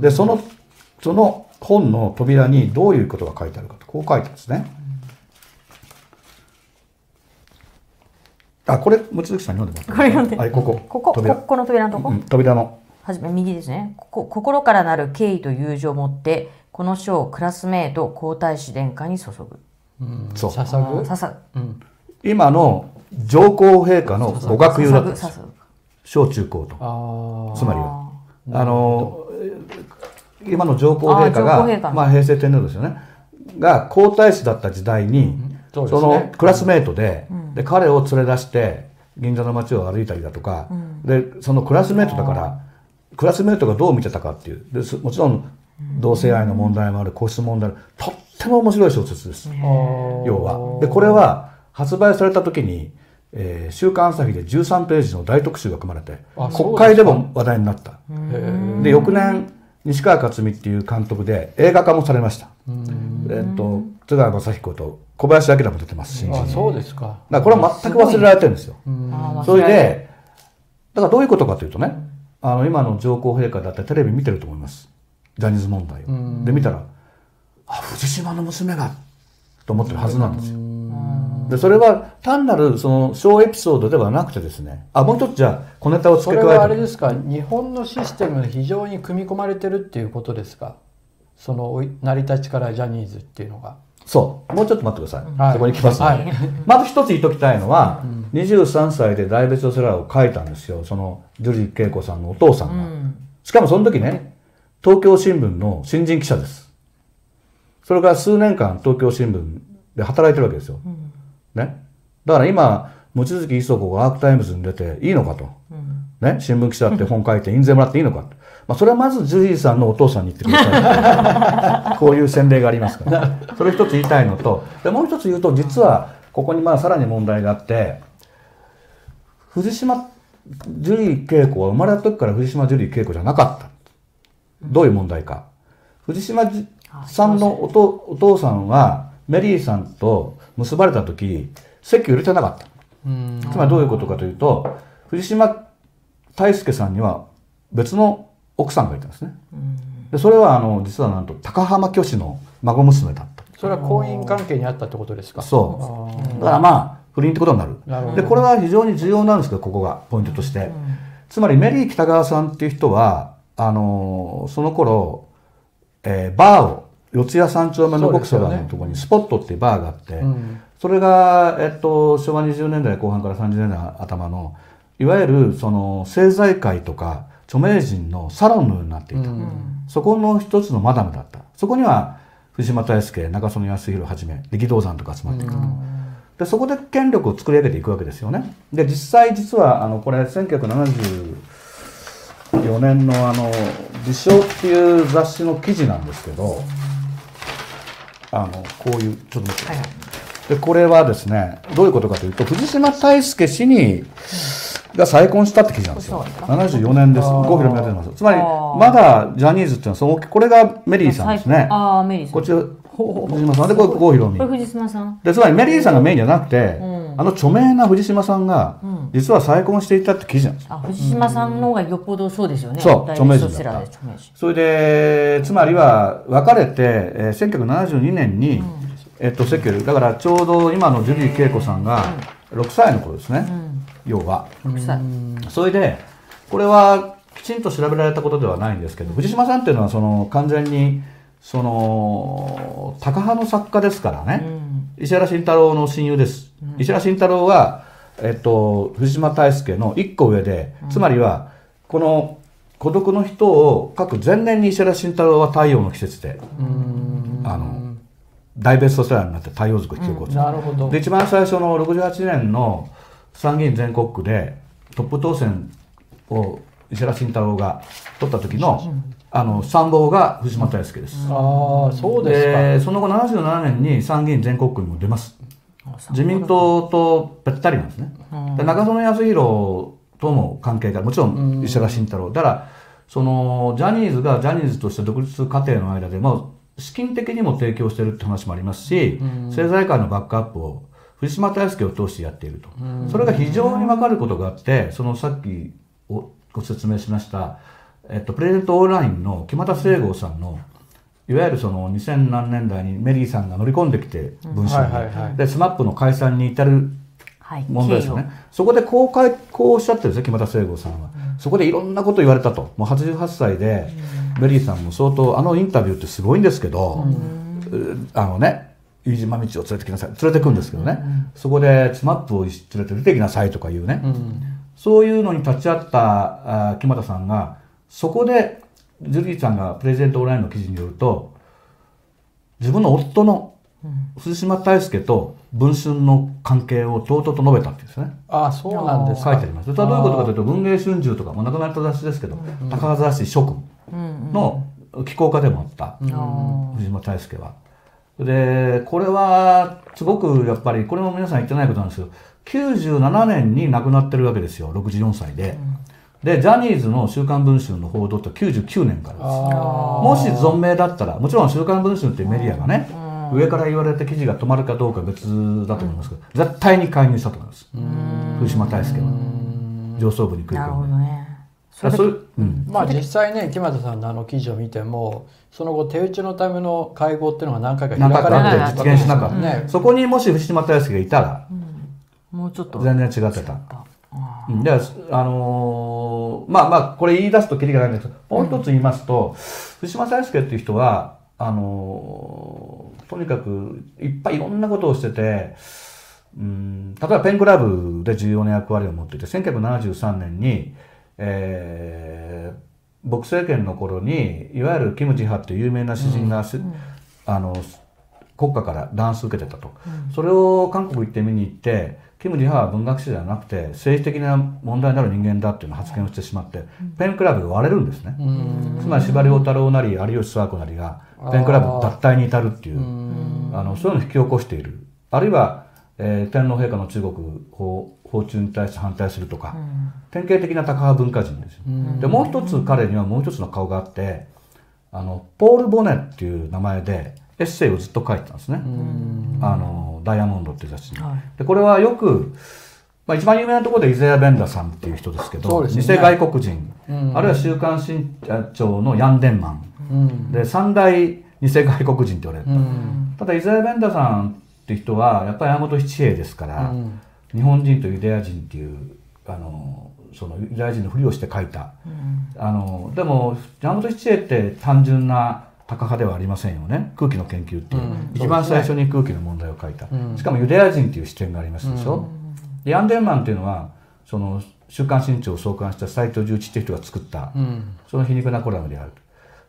でそのその本の扉にどういうことが書いてあるかと、こう書いてますね。あ、これ望月さん読んでます。 これ読んで。 はい、ここ。 ここ、ここの扉のとこ。 うん、扉の。 はじめ右ですね。ここ心からなる敬意と友情を持ってこの書をクラスメート皇太子殿下に注ぐ。 うん、そう。捧ぐ。 捧ぐ。うん、 今の上皇陛下の語学友だったんです。小中高と。あつまりはあの。今の上皇陛下がまあ平成天皇ですよねが皇太子だった時代に、うん そ, ね、そのクラスメート で,、うん、で彼を連れ出して銀座の街を歩いたりだとか、うん、でそのクラスメートだからクラスメートがどう見てたかっていうでもちろん同性愛の問題もある、皇室問題もある、とっても面白い小説です。要はでこれは発売された時に、えー、週刊朝日でじゅうさんページの大特集が組まれて国会でも話題になった。で翌年西川勝美っていう監督で映画化もされました。えっと津川雅彦と小林明も出てますし、 あ、そうですか。 だからこれは全く忘れられてるんですよ。それでだからどういうことかというとね、あの今の上皇陛下だってテレビ見てると思います。ジャニーズ問題を。で見たら、あ、藤島の娘がと思ってるはずなんですよ。でそれは単なるその小エピソードではなくてですね、あ、もう一つじゃあ小ネタを付け加えて、 それはあれですか、日本のシステムに非常に組み込まれてるっていうことですか、その成り立ちからジャニーズっていうのが。 そうもうちょっと待ってください、はい、そこに来ます、ね、はい、まず一つ言っときたいのは、うん、にじゅうさんさいで大ベストセラーを書いたんですよ、そのジュリー恵子さんのお父さんが、うん、しかもその時ね東京新聞の新人記者です。それから数年間東京新聞で働いてるわけですよ、うんね、だから今望月磯子がアークタイムズに出ていいのかと、うんね、新聞記者って本書いて印税もらっていいのかと、まあ、それはまずジュリーさんのお父さんに言ってくださいこういう先例がありますからそれ一つ言いたいのと、でもう一つ言うと実はここにまあさらに問題があって、藤島ジュリー恵子は生まれた時から藤島ジュリー恵子じゃなかった。どういう問題か、藤島さんの お, とお父さんはメリーさんと結ばれた時籍を入れてなかった。つまりどういうことかというと、藤島大輔さんには別の奥さんがいたんですね。でそれはあの実はなんと高浜虚子の孫娘だった。 それは婚姻関係にあったってことですか。 そうだからまあ不倫ってことになる。なるほど。でこれは非常に重要なんですけど、ここがポイントとして、うん、つまりメリー北川さんっていう人はあのその頃、えー、バーを四谷三丁目のごくそばのところにスポットっていうバーがあって、うん、それが、えっと、しょわにじゅうねんだいこう半からさんじゅうねんだい頭のいわゆるその政財界とか著名人のサロンのようになっていた、うん、そこの一つのマダムだった。そこには藤島大輔、中曽根康弘はじめ力道山とか集まってくる。でそこで権力を作り上げていくわけですよね。で実際実はあのこれせんきゅうひゃくななじゅうよねんのあの「自称」っていう雑誌の記事なんですけど、あのこういうちょっと待ってください。はい、でこれはですねどういうことかというと、藤島大輔氏にが再婚したって記事なんですよ。ななじゅうよねんです。郷ひろみが出てます。つまりまだジャニーズっていうのはそのこれがメリーさんですね。 ああメリーさん。 こっち藤島さんでこれ郷ひろみ。 これ藤島さん。 でつまりメリーさんがメインじゃなくて、うん、あの著名な藤島さんが実は再婚していたって記事なんです。 あ藤島さんの方がよっぽどそうですよね。 そう著名人だった。それでつまりは別れて、えー、せんきゅうひゃくななじゅうにねんに、うん、えっとセキュルだからちょうど今のジュリー恵子さんがろくさいの頃ですね。うん、要は。ろくさい。それでこれはきちんと調べられたことではないんですけど、藤島さんっていうのはその完全にそのタカ派の作家ですからね、うん、石原慎太郎の親友です、うん、石原慎太郎は、えっと、藤島大輔のいっこ上で、うん、つまりはこの孤独の人を書く前年に石原慎太郎は太陽の季節で、うん、あの大ベストセラーになって太陽族引き起こす、うん、なるほど。で一番最初のろくじゅうはちねんの参議院全国区でトップ当選を石原慎太郎が取った時の、うんあの参謀が藤島大輔です。 ああ、そうですか。 で、その後ななじゅうななねんに参議院全国区にも出ます。自民党とべったりなんですね。で中曽根康弘とも関係がもちろん石原慎太郎。だからそのジャニーズがジャニーズとして独立過程の間で、まあ資金的にも提供しているって話もありますし、政財界のバックアップを藤島大輔を通してやっていると。それが非常に分かることがあって、そのさっきご説明しました。えっと、プレゼントオンラインの木俣清郷さんのいわゆるそのにせん何年代にメリーさんが乗り込んできて文章でスマップの解散に至る問題ですよね、はい、そこでこうかいこうおっしゃってるんですよ木俣清郷さんは、うん、そこでいろんなこと言われたと。もうはちじゅうはっさいで、うん、メリーさんも相当あのインタビューってすごいんですけど、うん、あのね飯島道を連れてきなさい連れてくんですけどね、うん、そこでスマップを連れて出てきなさいとかいうね、うん、そういうのに立ち会った木俣さんがそこでジュリーさんがプレゼントオンラインの記事によると自分の夫の藤島大輔と文春の関係をとうとうと述べたっていうんですね。 ああそうなんですか。 書いてあります。それはどういうことかというと文藝春秋とかもう亡くなった雑誌ですけど、うん、高川雑誌諸君の寄稿家でもあった、うん、藤島大輔は。でこれはすごくやっぱりこれも皆さん言ってないことなんですけどきゅうじゅうななねんに亡くなってるわけですよろくじゅうよんさいで。うんでジャニーズの週刊文春の報道ってきゅうじゅうきゅうねんからです。もし存命だったらもちろん週刊文春っていうメディアがね上から言われて記事が止まるかどうか別だと思いますけど絶対に介入したと思います藤島大輔は上層部に食い込んで。ね、それそううん、まあ実際ね木俣さんのあの記事を見てもその後手打ちのための会合っていうのが何回か開かれて実現しなかった、ね、そこにもし藤島大輔がいたら、 うん、もうちょっと全然違ってた。うん、であのー、まあまあこれ言い出すとキリがないんですけどもう一つ言いますと、うん、藤島大輔っていう人はあのー、とにかくいっぱいいろんなことをしてて、うん、例えばペンクラブで重要な役割を持っていてせんきゅうひゃくななじゅうさんねんに、えー、朴政権の頃にいわゆるキム・ジハっていう有名な詩人が、うん、あの国家から弾圧受けてたと、うん、それを韓国行って見に行ってキム・ジハは文学者ではなくて政治的な問題になる人間だっていうの発言をしてしまって、うん、ペンクラブが割れるんですね。つまり司馬遼太郎なり有吉佐和子なりがペンクラブ脱退に至るっていうあのそういうのを引き起こしている。あるいは、えー、天皇陛下の中国訪中に対して反対するとか、うん、典型的なタカ派文化人ですよ。でもう一つ彼にはもう一つの顔があってあのポール・ボネっていう名前でエッセイをずっと書いてたんですね。あのダイヤモンドっていう雑誌に、はい、でこれはよく、まあ、一番有名なところでイザヤ・ベンダさんっていう人ですけど、ね、偽外国人、うん、あるいは週刊新潮のヤン・デンマン、うん、で三大偽外国人って言われると、うん、ただイザヤ・ベンダさんっていう人はやっぱり山本七平ですから、うん、日本人とユダヤ人っていうあのそのユダヤ人のふりをして書いた、うん、あのでも山本七平って単純なタカ派ではありませんよね。空気の研究っていう、うん、一番最初に空気の問題を書いた、うん、しかもユダヤ人っていう視点がありますでしょ、うん、でヤン・デンマンっていうのはその週刊新潮を創刊した斎藤重一っていう人が作った、うん、その皮肉なコラムである。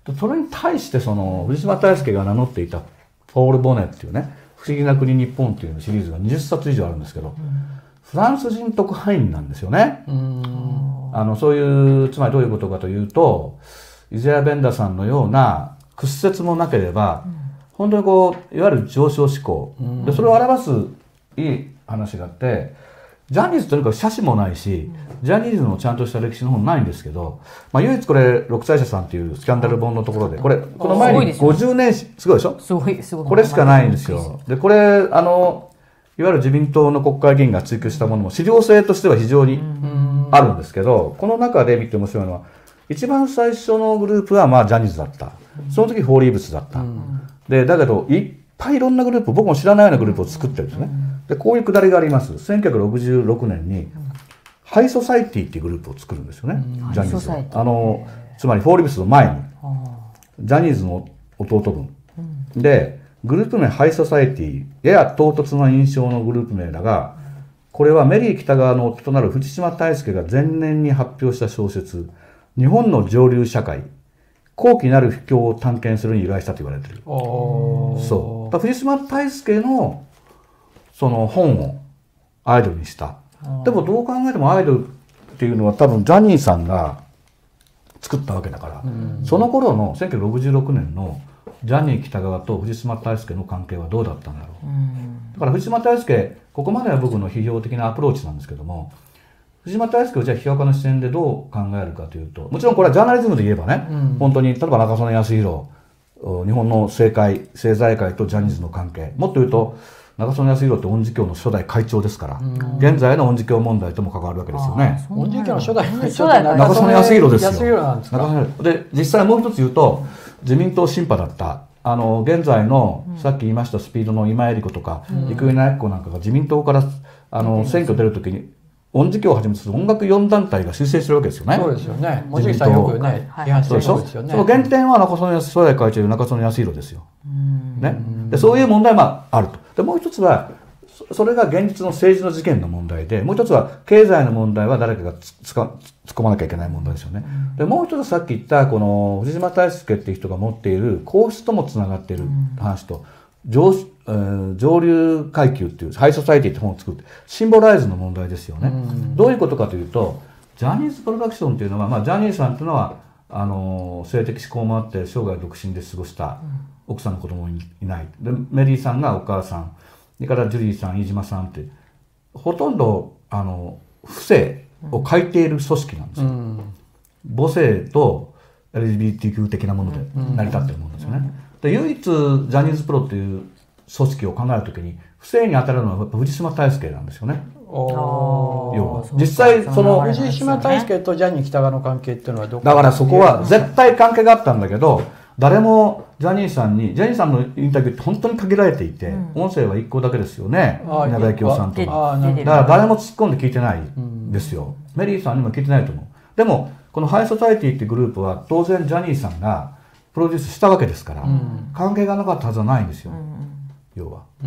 それに対してその藤島大輔が名乗っていたポール・ボネっていうね「不思議な国日本」っていうシリーズがにじゅっさつ以上あるんですけど、うん、フランス人特派員なんですよね。あのそういうつまりどういうことかというとイザヤ・ベンダさんのような屈折もなければ、うん、本当にこういわゆる上昇志向、うん、でそれを表すいい話があって、ジャニーズとにかく写真もないし、うん、ジャニーズのちゃんとした歴史の本ないんですけど、まあ、唯一これ六歳舎さんっていうスキャンダル本のところでこれこの前にごじゅうねんすごいでしょ、すごいすごいこれしかないんですよ。でこれあのいわゆる自民党の国会議員が追及したものも資料性としては非常にあるんですけど、この中で見て面白いのは一番最初のグループはまあジャニーズだった、その時フォーリーブスだった、うん、でだけどいっぱいいろんなグループ、僕も知らないようなグループを作ってるんですね。でこういうくだりがあります。せんきゅうひゃくろくじゅうろくねんにハイソサイティっていうグループを作るんですよね、うん、ジャニーズはあのつまりフォーリーブスの前にジャニーズの弟分、うん、でグループ名ハイソサイティ、やや唐突な印象のグループ名だが、これはメリー北川の夫となる藤島大輔が前年に発表した小説「日本の上流社会高貴なる秘境を探検する」に由来したと言われている。そう。藤島大輔のその本をアイドルにした。でもどう考えてもアイドルっていうのは多分ジャニーさんが作ったわけだから、その頃のせんきゅうひゃくろくじゅうろくねんのジャニー喜多川と藤島大輔の関係はどうだったんだろう。だから藤島大輔、ここまでは僕の批評的なアプローチなんですけども、藤島大輔をじゃあ批評家の視点でどう考えるかというと、もちろんこれはジャーナリズムで言えばね、うん、本当に例えば中曽根康弘、日本の政界政財界とジャニーズの関係、もっと言うと中曽根康弘って恩賜協の初代会長ですから、うん、現在の恩賜協問題とも関わるわけですよね。 恩賜協の初代会長って中曽根康弘ですよ。 なんですか。 で実際もう一つ言うと自民党シンパだったあの現在の、うん、さっき言いましたスピードの今江里子とか、うん、生稲晃子なんかが自民党からあの選挙出るときに恩賜協をはじめとする音楽よん団体が修正してるわけですよね。 そうですよね。文字さんよくね、批判してるんですよね。 その原点は中曽根初代会長中曽根康弘ですよ。ね。でそういう問題もあると。でもう一つはそれが現実の政治の事件の問題で、もう一つは経済の問題は誰かがつつか突っ込まなきゃいけない問題ですよね。でもう一つさっき言ったこの藤島大輔っていう人が持っている皇室ともつながっている話と。上, えー、上流階級っていうハイソサイティって本を作ってシンボライズの問題ですよね。どういうことかというとジャニーズプロダクションっていうのは、まあ、ジャニーさんっていうのはあの性的指向もあって生涯独身で過ごした、うん、奥さんの子供いないでメリーさんがお母さんそれからジュリーさん飯島さんってほとんどあの不正を書いている組織なんですよ。うん、母性と エルジービーティーキュー 的なもので成り立ってるものですよね。うんうんで唯一ジャニーズプロっていう組織を考えるときに不正に当たるのはやっぱ藤島大輔なんですよね。要は実際その藤島大輔とジャニー喜多川の関係っていうのはどこだからそこは絶対関係があったんだけど誰もジャニーさんにジャニーさんのインタビューって本当に限られていて、うん、音声はいっこだけですよね稲田幸雄さんとだから誰も突っ込んで聞いてないんですよ、うん、メリーさんにも聞いてないと思う。でもこのハイソサイティっていうグループは当然ジャニーさんがプロデュースしたわけですから、うん、関係がなかったはずはないんですよ、うん、要は、うん、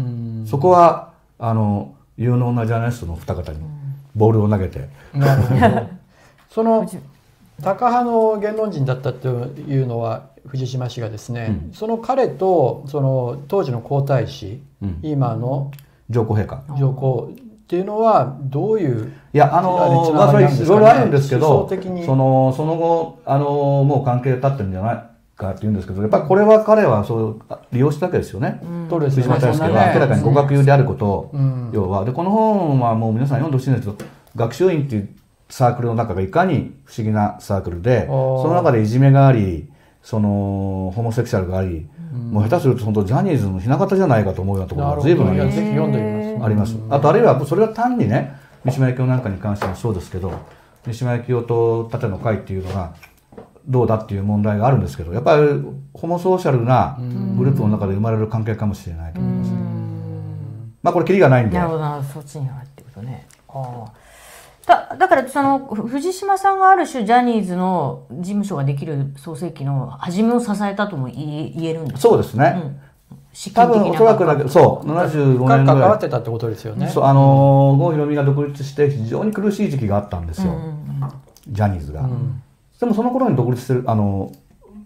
そこはあの有能なジャーナリストの二方にボールを投げて、うん、なるほどそのタカ派の言論人だったというのは藤島氏がですね、うん、その彼とその当時の皇太子、うん、今の上皇陛下上皇っていうのはどういういやあのまあそれいろいろあるんですけどそのその後あのもう関係立ってるんじゃないかって言うんですけどやっぱりこれは彼はそう利用したわけですよね。 うん、 藤島大輔は明らかに語学友であることを、うん、要はでこの本はもう皆さん読んでほしいんですけど学習院っていうサークルの中がいかに不思議なサークルでその中でいじめがありそのホモセクシャルがあり、うん、もう下手すると本当ジャニーズのひな形じゃないかと思うようなところが随分あります。あります。あとあるいはそれは単にね三島由紀夫なんかに関してもそうですけど三島由紀夫と盾の会っていうのがどうだっていう問題があるんですけどやっぱりホモソーシャルなグループの中で生まれる関係かもしれないと思います。まあこれキリがないんで。 なるほどそっちにはってことね。あだ, だからその藤島さんがある種ジャニーズの事務所ができる創世期の初めを支えたとも言えるんですか。 そうですね。うん多分おそらくだけどそうななじゅうごねんぐらい関わってたってことですよね。 そうあの郷ひろみが独立して非常に苦しい時期があったんですよ、うん、ジャニーズが、うん、でもその頃に独立してるあの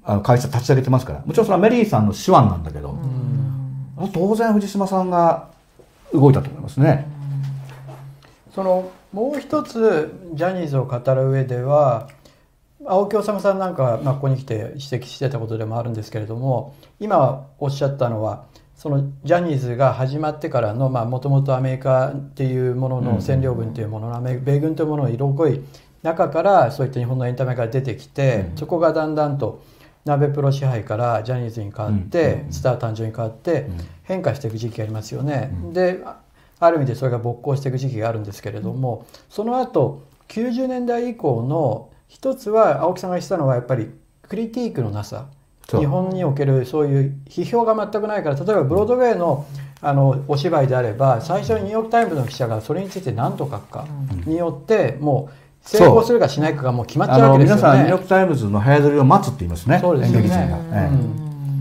あの会社立ち上げてますから、もちろんそれはメリーさんの手腕なんだけど、当然藤島さんが動いたと思いますね。 そのもう一つジャニーズを語る上では、青木治さんなんかは、まあ、ここに来て指摘してたことでもあるんですけれども、今おっしゃったのはそのジャニーズが始まってからのもともとアメリカっていうものの占領軍というものの、米軍というものの色濃い中からそういった日本のエンタメが出てきて、そこがだんだんと鍋プロ支配からジャニーズに変わって、スター誕生に変わって変化していく時期がありますよね。である意味でそれが勃興していく時期があるんですけれども、その後きゅうじゅうねんだい以降の一つは青木さんが言ってたのはやっぱりクリティークのなさ、日本におけるそういう批評が全くないから、例えばブロードウェイのあのお芝居であれば最初にニューヨーク・タイムズの記者がそれについて何と書くかによってもう成功するかしないかがもう決まっちゃうわけですよね。 皆さんニューヨーク・タイムズの早撮りを待つって言いますね。 そうですよね、 演劇人が、ええ、 うん、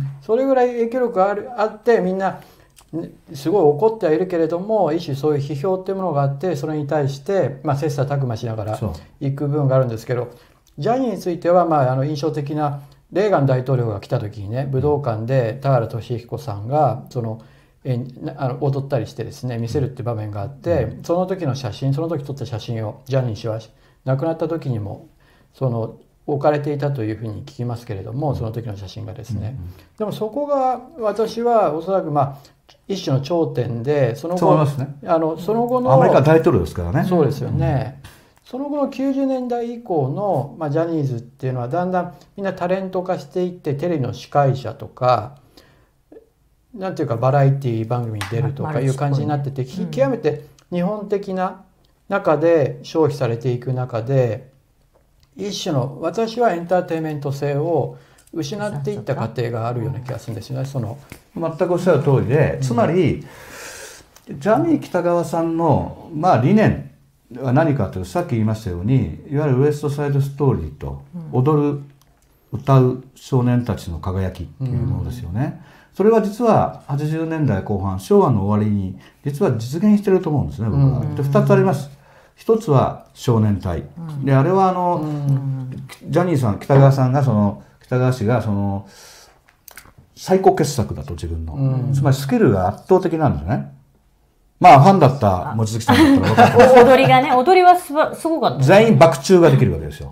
それぐらい影響力があるあってみんなすごい怒ってはいるけれども、一種そういう批評っていうものがあって、それに対して、まあ、切磋琢磨しながらいく部分があるんですけど、ジャニーについては、まあ、あの印象的なレーガン大統領が来た時にね、武道館で田原俊彦さんがそのえあの踊ったりしてですね見せるっていう場面があって、その時の写真、その時撮った写真をジャニー氏は亡くなった時にもその置かれていたというふうに聞きますけれども、その時の写真がですね、でもそこが私はおそらくまあ一種の頂点で、その後、ね、あのその後のアメリカ大統領ですからね。 そうですよね、うん、その後のきゅうじゅうねんだい以降の、まあ、ジャニーズっていうのはだんだんみんなタレント化していって、テレビの司会者とかなんていうかバラエティ番組に出るとかいう感じになってて、うん、極めて日本的な中で消費されていく中で、一種の私はエンターテインメント性を失っていった過程があるような気がするんですよね。その全くおっしゃる通りで、つまり、うん、ジャニー喜多川さんの、まあ、理念は何かというと、さっき言いましたように、いわゆるウエストサイドストーリーと踊る、うん、歌う少年たちの輝きっていうものですよね。うん、それは実ははちじゅうねんだいこう半、昭和の終わりに実は実現してると思うんですね、僕は。でふたつあります。一つは少年隊、うん、であれはあの、うん、ジャニーさん、北川さんがその北川氏がその最高傑作だと自分の、うん、つまりスキルが圧倒的なんですね。まあファンだった望月さんだったら分かる。 踊りがね、踊りはすごかった、ね、 全員バク宙ができるわけですよ。うん、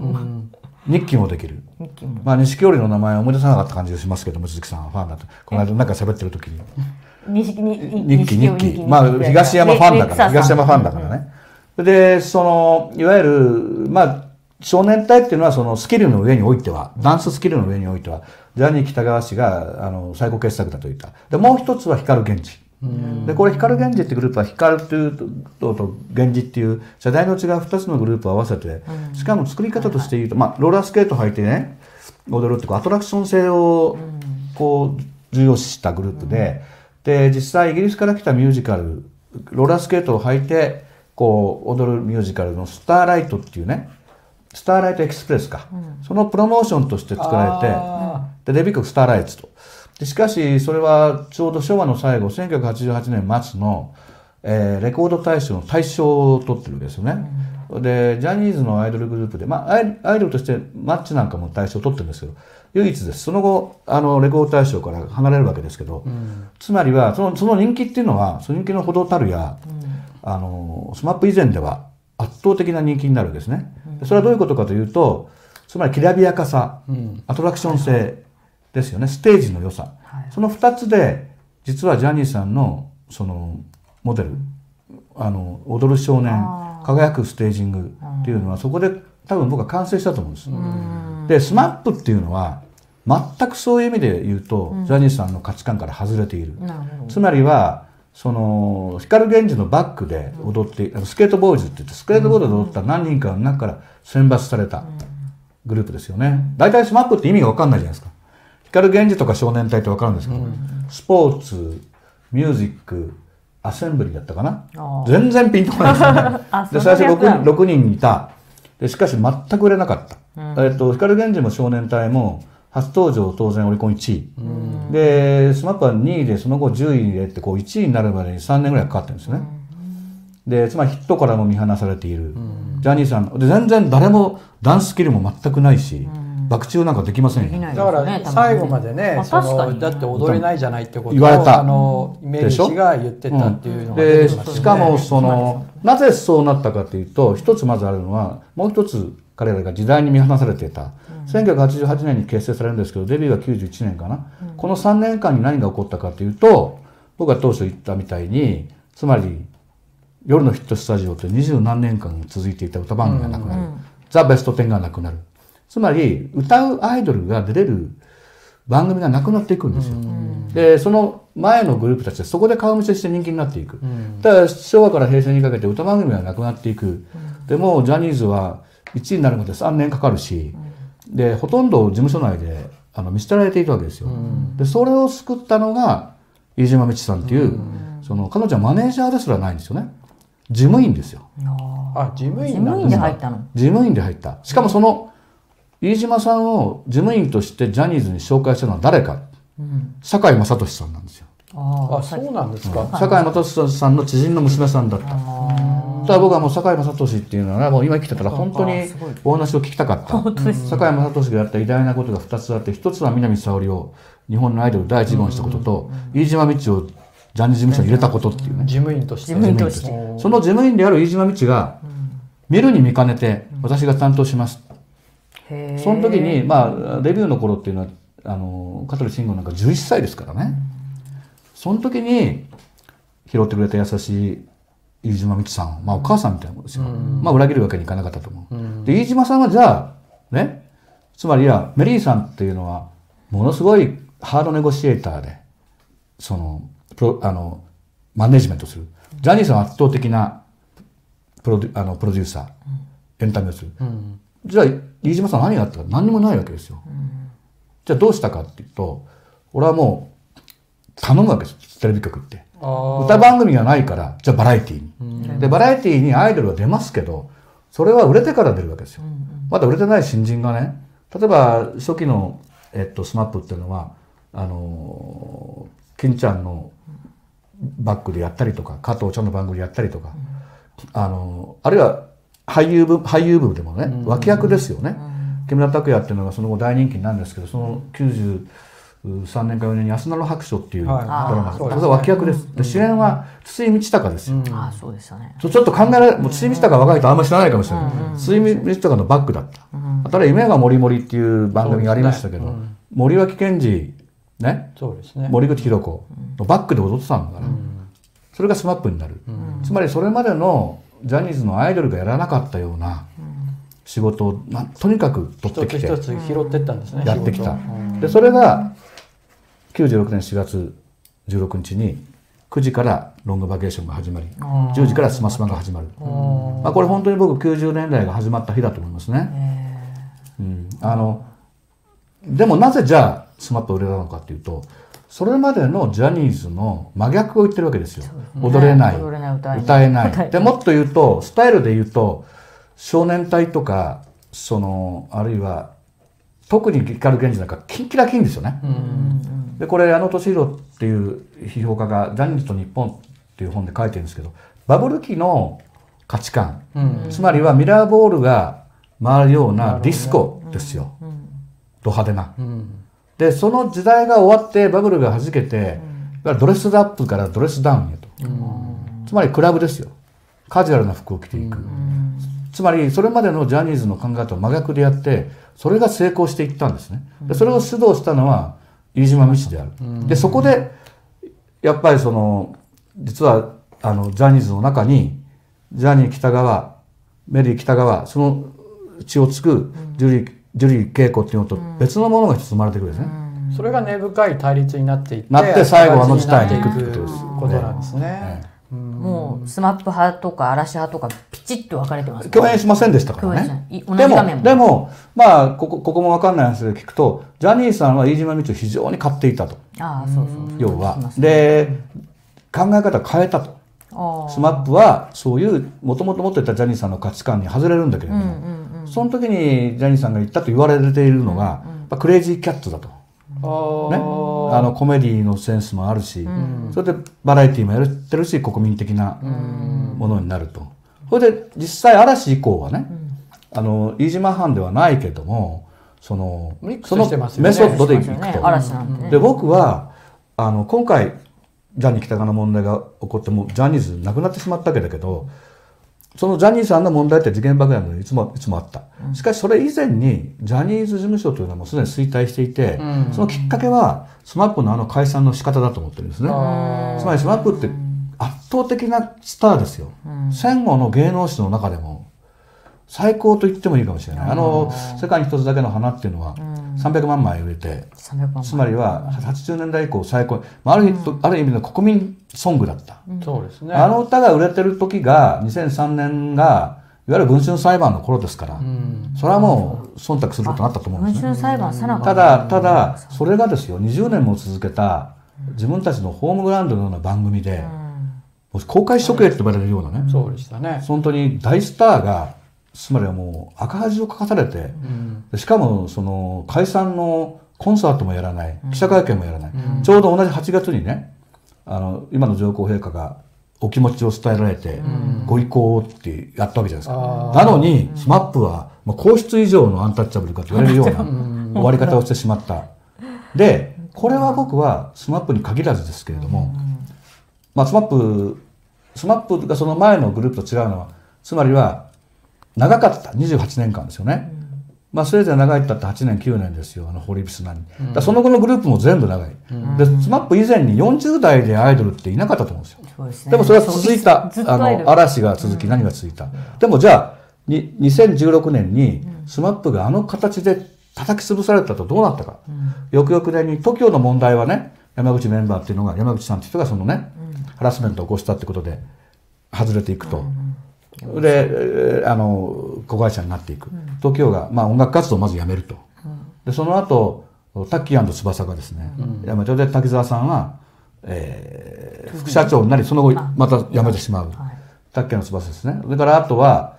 日記もできる。まあ錦織の名前を思い出さなかった感じがしますけど、望月さんはファンだと。この間なんか喋ってる時に日記日記日記まあ東山ファンだから東山ファンだからね。でそのいわゆるまあ少年隊っていうのはそのスキルの上においては、ダンススキルの上においてはジャニー喜多川氏があの最高傑作だと言った。でもう一つは光源氏。でこれ光源氏ってグループは光というとと源氏っていう世代の違うふたつのグループを合わせて、しかも作り方として言うと、まあ、ローラースケート履いてね踊るってこうアトラクション性をこう重要視したグループで、で実際イギリスから来たミュージカルローラースケートを履いてこう踊るミュージカルのスターライトっていうね、スターライトエクスプレスか、うん、そのプロモーションとして作られて、でデビュー曲スターライツと。でしかしそれはちょうど昭和の最後せんきゅうひゃくはちじゅうはちねん末の、えー、レコード大賞の大賞を取ってるわけですよね。うん、でジャニーズのアイドルグループで、まあ、アイドルとしてマッチなんかも大賞を取ってるんですけど唯一です。その後あのレコード大賞から離れるわけですけど、うん、つまりはその、その人気っていうのはその人気のほどたるや、うん、あのスマップ以前では圧倒的な人気になるんですね。それはどういうことかというと、つまりきらびやかさ、うん、アトラクション性ですよね、ステージの良さ、はい、そのふたつで実はジャニーさんのそのモデル、あの踊る少年輝くステージングっていうのはそこで多分僕は完成したと思うんです。うん、でスマップっていうのは全くそういう意味で言うと、うん、ジャニーさんの価値観から外れている。つまりはその光源氏のバックで踊って、うん、スケートボーイズって言ってスケートボードで踊った何人かの中から選抜されたグループですよね。大体スマップって意味が分かんないじゃないですか。光源氏とか少年隊って分かるんですけど、うん、スポーツ、ミュージック、アセンブリーだったかな、全然ピンとこないですよね。で最初 6, ろくにんいた。でしかし全く売れなかった。うん、えっと光源氏も少年隊も初登場当然オリコンいちい、うん、でスマップはにいでその後じゅういでってこういちいになるまでにさんねんぐらいかかってるんですよね。うん、でつまりヒットからも見放されている、うん、ジャニーさんで全然誰もダンススキルも全くないし、うん、 爆中なんかできませんよ。 だから最後までね、そのだって踊れないじゃないってことを言われたあのメリー氏が言ってたっていうのが出でてきますよね。 しかもそのなぜそうなったかというと、一つまずあるのは、もう一つ彼らが時代に見放されていた、せんきゅうひゃくはちじゅうはちねんに結成されるんですけど、デビューがきゅうじゅういちねんかな、うん、このさんねんかんに何が起こったかというと、僕が当初言ったみたいに、つまり夜のヒットスタジオって二十何年間続いていた歌番組がなくなる、うん、ザ・ベストテンがなくなる、つまり歌うアイドルが出れる番組がなくなっていくんですよ、うん、でその前のグループたちはそこで顔見せして人気になっていく、うん、だから昭和から平成にかけて歌番組がなくなっていく、うん、でもジャニーズはいちいになるまでさんねんかかるし、うん、でほとんど事務所内であの見捨てられていたわけですよ、うん、でそれを救ったのが飯島美智さんっていう、うん、その彼女はマネージャーですらないんですよね、事務員ですよ。 あ、事務員なんですか。事務員で入ったの。 事務員で入った。しかもその飯島さんを事務員としてジャニーズに紹介したのは誰か、うん、堺雅俊さんなんですよ。 ああ、そうなんですか。 堺雅俊さんの知人の娘さんだった。だから僕はもう堺雅俊っていうのはもう今生きてたら本当にお話を聞きたかった。堺雅俊がやった偉大なことがふたつあって、ひとつは南沙織を日本のアイドル第一号にしたことと、飯島美智をジャニーズ事務所に入れたことっていうね。 事務員として。 事務員として。その事務員である飯島美智が、見るに見かねて、私が担当します。へー。その時に、まあ、デビューの頃っていうのは、あの、香取慎吾なんかじゅういっさいですからね。その時に、拾ってくれた優しい飯島美智さん、まあお母さんみたいなものですよ。まあ裏切るわけにいかなかったと思う。で、飯島さんはじゃあ、ね、つまりや、メリーさんっていうのは、ものすごいハードネゴシエーターで、その、プロあのマネジメントする。ジャニーさんは圧倒的なプロデュあのプロデューサー、エンタメをする。うん、じゃあ飯島さん何があったか何にもないわけですよ。うん、じゃあどうしたかっていうと、俺はもう頼むわけです、テレビ局って。歌番組がないから、じゃあバラエティーに。うん、でバラエティーにアイドルは出ますけど、それは売れてから出るわけですよ。うん、まだ売れてない新人がね、例えば初期のえっとスマップっていうのはあの金ちゃんのバックでやったりとか、加藤ちゃんの番組でやったりとか、うん、あのあるいは俳優部俳優部でもね、うん、脇役ですよね、うん、木村拓哉っていうのがその後大人気になるんですけど、そのきゅうじゅうさんねんかよねんに「安田の白書」っていうドラマ、これは脇役です。で主演は堤道隆ですよ。 ああ、そうでしたね。 ちょっと考えられ、もう堤道隆若い人あんまり知らないかもしれない。堤道隆のバックだった。あとは夢がもりもりっていう番組がありましたけど、森脇健児ね、 そうですね、 森口博子のバックで踊ってたんだから、うん、それがスマップになる、うん、つまりそれまでのジャニーズのアイドルがやらなかったような仕事をなとにかく取ってきて一つ一つ拾ってったんですね、 やってきた、うん、でそれがきゅうじゅうろくねんしがつじゅうろくにちにくじからロングバケーションが始まり、じゅうじからスマスマが始まる、まあ、これ本当に僕きゅうじゅうねんだいが始まった日だと思いますね、うん、あのでもなぜじゃあスマップ売れたのかっていうと、それまでのジャニーズの真逆を言ってるわけですよ。踊れない、踊れない、歌えない、歌えない。でもっと言うとスタイルで言うと少年隊とか、そのあるいは特に光源氏なんかキンキラキンですよね。でこれ矢野俊弘っていう批評家が「ジャニーズと日本」っていう本で書いてるんですけど、バブル期の価値観、つまりはミラーボールが回るようなディスコですよ。ド派手な、うん、でその時代が終わってバブルがはじけて、うん、ドレスアップからドレスダウンへと、うん、つまりクラブですよ。カジュアルな服を着ていく、うん、つまりそれまでのジャニーズの考えと真逆でやって、それが成功していったんですね。でそれを主導したのは飯島美智である、うん、でそこでやっぱりその実はあのジャニーズの中にジャニー喜多川、メリー喜多川、その血を継ぐジュリージュリー恵子っていうのと別のものが一つ生まれてくるんですね、 うん、それが根深い対立になっていってなって最後あの事態に行くってことです、 ことなんですね、 うん、もうスマップ派とか嵐派とかピチッと分かれてます、ね、 共演しませんでしたからね。でもでもまあここここも分かんない話で聞くと、ジャニーさんは飯島美智を非常に買っていたと。 ああ、そうそう、 要はで考え方を変えたと。スマップはそういうもともと持っていたジャニーさんの価値観に外れるんだけれども、うんうんうん、その時にジャニーさんが言ったと言われているのが、うんうん、やっぱクレイジーキャッツだと、ね、あのコメディのセンスもあるし、うん、それでバラエティーもやってるし国民的なものになると、うん、それで実際嵐以降はね、うん、あの飯島藩ではないけどもそのミックスそのしてますよねメソッドでいくと、 ね、嵐なんてね。 で僕はあの今回ジャニー喜多川の問題が起こってもジャニーズなくなってしまったわけだけど、そのジャニーさんの問題って時限爆弾のいつもいつもあった。しかしそれ以前にジャニーズ事務所というのはもうすでに衰退していて、うん、そのきっかけはスマップのあの解散の仕方だと思ってるんですね。つまりスマップって圧倒的なスターですよ。うん、戦後の芸能史の中でも最高と言ってもいいかもしれない。あの世界に一つだけの花っていうのはさんびゃくまんまい売れて、つまりははちじゅうねんだい以降最高、ある意味、ある意味の国民ソングだった。 そうですね。 あの歌が売れてる時がにせんさんねんがいわゆる文春裁判の頃ですから、うん、それはもう忖度することになったと思うんですね。 文春裁判さなかっただただそれがですよ、にじゅうねんも続けた自分たちのホームグラウンドのような番組で、うん、公開処刑って呼ばれるようなね、うん、 そうでしたね。 本当に大スターがつまりはもう赤恥をかかされて、うん、しかもその解散のコンサートもやらない、記者会見もやらない、うん、ちょうど同じはちがつにね、あの今の上皇陛下がお気持ちを伝えられて、うん、ご意向ってやったわけじゃないですか。なのに、うん、スマップは、まあ、皇室以上のアンタッチャブルかと言われるような終わり方をしてしまった。で、これは僕はスマップに限らずですけれども、うん、まあ、スマップ、スマップがその前のグループと違うのは、つまりは長かったにじゅうはちねんかんですよね。うん、まあ、せいぜい長いったってはちねんきゅうねんですよ、あのホリビスナに。うん、だその後のグループも全部長い。うん、でスマップ以前によんじゅうだいでアイドルっていなかったと思うんですよ。そうですね、でもそれは続いた、あの嵐が続き、うん、何が続いた。うん、でもじゃあににせんじゅうろくねんにスマップがあの形で叩き潰されたとどうなったか。うん、翌々年に トキオ の問題はね、山口メンバーっていうのが、山口さんっていう人がそのね、うん、ハラスメントを起こしたってことで外れていくと。うん、で、あの子会社になっていく。うん、トキオ が、まあ、音楽活動をまずやめると。うん、でその後タッキー&翼がですね、うん、で滝沢さんは、えー、副社長になりその後また辞めてしまう。はい、タッキー&翼ですね。それからあとは、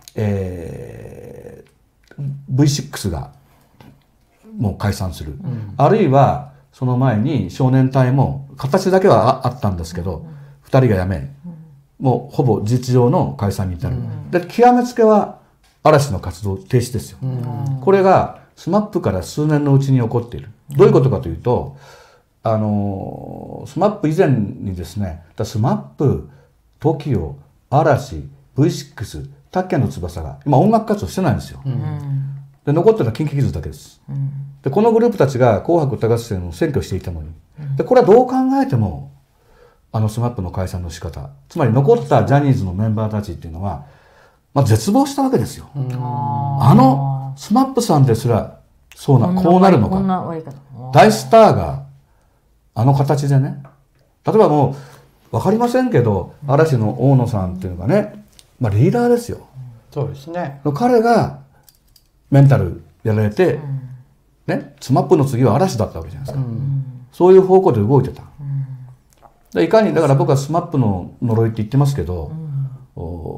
えー、ブイシックス がもう解散する。うん、あるいはその前に少年隊も形だけはあったんですけど、うん、ふたりが辞め、もうほぼ事実上の解散に至る。うん、で極めつけは嵐の活動停止ですよ。うん、これがスマップから数年のうちに起こっている。どういうことかというと、あのスマップ以前にですね、スマップ、トキオ、嵐、ブイシックス、タッキー&翼が今音楽活動してないんですよ。うん、で残ってるのはキンキキッズだけです。うん、でこのグループたちが紅白歌合戦を選挙していたのに、でこれはどう考えてもあのスマップの解散の仕方、つまり残ったジャニーズのメンバーたちっていうのは、まあ、絶望したわけですよ。うん、あのスマップさんですらそうなこうなるのか。大スターがあの形でね、例えばもう分かりませんけど、嵐の大野さんっていうのがね、まあ、リーダーですよ。 そうですね。 彼がメンタルやられて、うん、ね、スマップの次は嵐だったわけじゃないですか。うん、そういう方向で動いてた。うん、でいかにだから僕はスマップの呪いって言ってますけど、うん、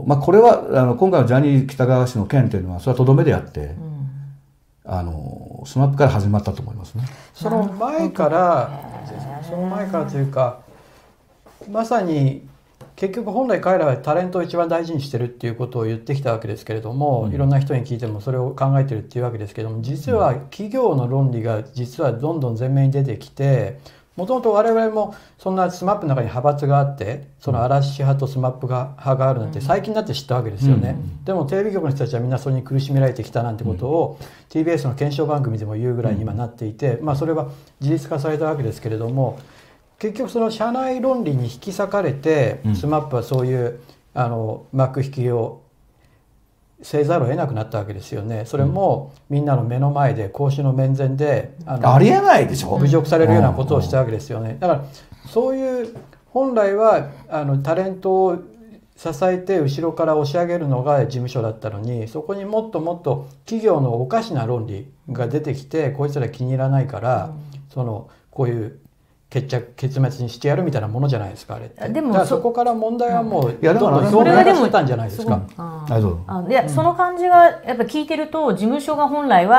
まあ、これはあの今回のジャニー喜多川氏の件というのはそれはとどめであって、うん、あのスマップから始まったと思いますね。 その前からその前からというか、まさに結局本来彼らはタレントを一番大事にしてるっていうことを言ってきたわけですけれども、うん、いろんな人に聞いてもそれを考えてるっていうわけですけれども、実は企業の論理が実はどんどん前面に出てきて、もともと我々もそんなスマップの中に派閥があって、その嵐派とスマップ派があるなんて最近になって知ったわけですよね。うん、でもテレビ局の人たちはみんなそれに苦しめられてきたなんてことを ティービーエス の検証番組でも言うぐらいに今なっていて、まあそれは事実化されたわけですけれども、結局その社内論理に引き裂かれて、うん、スマップはそういうあの幕引きをせざるを得なくなったわけですよね。それもみんなの目の前で公衆の面前であのありえないでしょ、 侮辱されるようなことをしたわけですよね。だからそういう本来はあのタレントを支えて後ろから押し上げるのが事務所だったのに、そこにもっともっと企業のおかしな論理が出てきて、こいつら気に入らないから、うん、そのこういう決着結末にしてやるみたいなものじゃないですか、あれって。でもだからそこから問題はもうどんどん表面化してたんじゃないですか。 いや、その感じがやっぱ聞いてると、事務所が本来は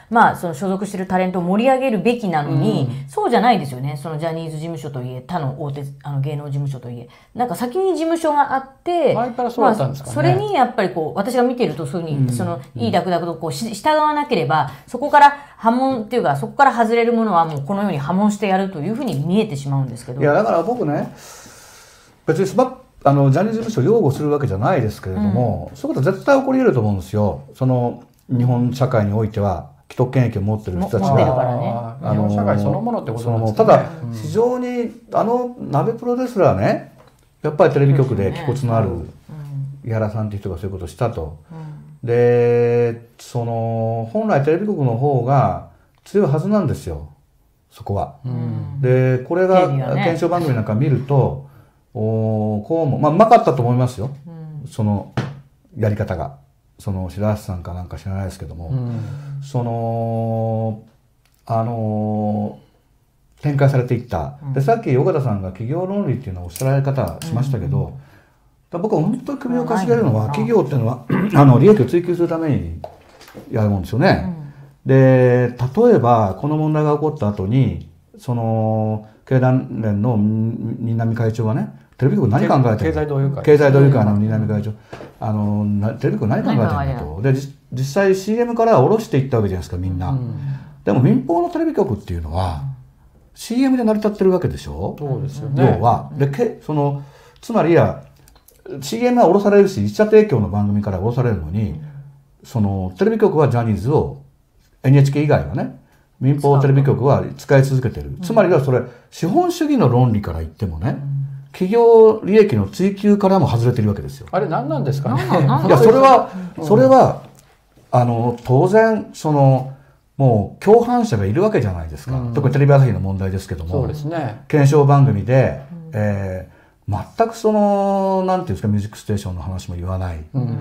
まあ、その所属してるタレントを盛り上げるべきなのに、うん、そうじゃないですよね。そのジャニーズ事務所といえ他の大手あの芸能事務所といえなんか先に事務所があって前からそうだったんですかね。 まあ、それにやっぱりこう私が見てるとそういうふうに、うん、そのいいダクダクとこうし従わなければそこから破門っていうかそこから外れるものはもうこのように破門してやるというふうに見えてしまうんですけど。 いやだから僕ね別にスマあのジャニーズ事務所を擁護するわけじゃないですけれども、うん、そういうことは絶対起こり得ると思うんですよ。その日本社会においては既得権益を持ってる人たちが、 持ってるからね、 あの日本社会そのものってことなんですかね。ただ、うん、非常にあの鍋プロですらねやっぱりテレビ局で気骨のある井原さんっていう人がそういうことをしたと、うん、でその本来テレビ局の方が強いはずなんですよそこは、うん、でこれが検証番組なんか見るとおこうもまあうまかったと思いますよ、うん、そのやり方がその白橋さんかなんか知らないですけども、うん、そのあのー、展開されていった、うん、でさっき尾形さんが企業論理っていうのをおっしゃられ方しましたけど、うん、僕は本当に首をかしげるのは企業っていうのはあの利益を追求するためにやるもんですよね、うん、で例えばこの問題が起こった後にその経団連の新浪会長はねテレビ局何考えてる経済同友会経済同友会の新浪会長あのテレビ局何考えてるんだとで実際 シーエム から下ろしていったわけじゃないですかみんな、うん、でも民放のテレビ局っていうのは シーエム で成り立ってるわけでしょ。 そうですよね。 要はでけそのつまりや シーエム は下ろされるし一社提供の番組から下ろされるのに、うん、そのテレビ局はジャニーズを エヌエイチケー 以外はね民放テレビ局は使い続けてる、うん、つまりはそれ資本主義の論理から言ってもね、うん、企業利益の追求からも外れてるわけですよ。 あれ何なんですかね。 いやそれは、うん、それはあの当然そのもう共犯者がいるわけじゃないですか、うん、特にテレビ朝日の問題ですけどもそうですね、 検証番組で、うんえー、全くそのなんていうんですかミュージックステーションの話も言わない、うん、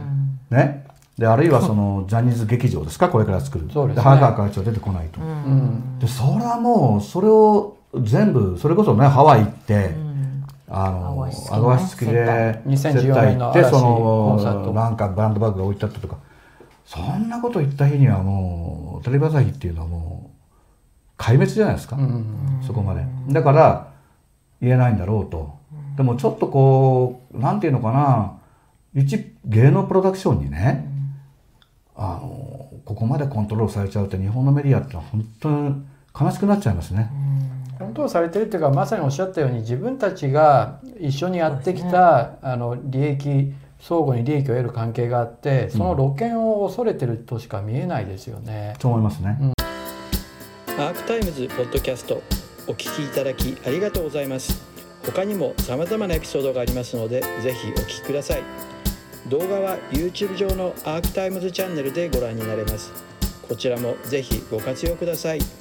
ねであるいはそのジャニーズ劇場ですかこれから作るそうですね、 で早川会長出てこないと、うん、でそれはもうそれを全部それこそねハワイ行って、うんあのアゴアシ付きでにせんじゅうよねんの嵐コンサートなんかブランドバッグが置いてあったとかそんなこと言った日にはもうテレビ朝日っていうのはもう壊滅じゃないですか、うん、そこまでだから言えないんだろうと、うん、でもちょっとこうなんていうのかな一芸能プロダクションにね、うん、あのここまでコントロールされちゃうって日本のメディアってのは本当に悲しくなっちゃいますね、うんコントロールされてるっていうかまさにおっしゃったように自分たちが一緒にやってきた、ね、あの利益相互に利益を得る関係があってその露見を恐れてるとしか見えないですよね。 と思いますね、うん、 アークタイムズポッドキャストお聞きいただきありがとうございます。他にも様々なエピソードがありますのでぜひお聞きください。動画は YouTube 上のアークタイムズチャンネルでご覧になれます。こちらもぜひご活用ください。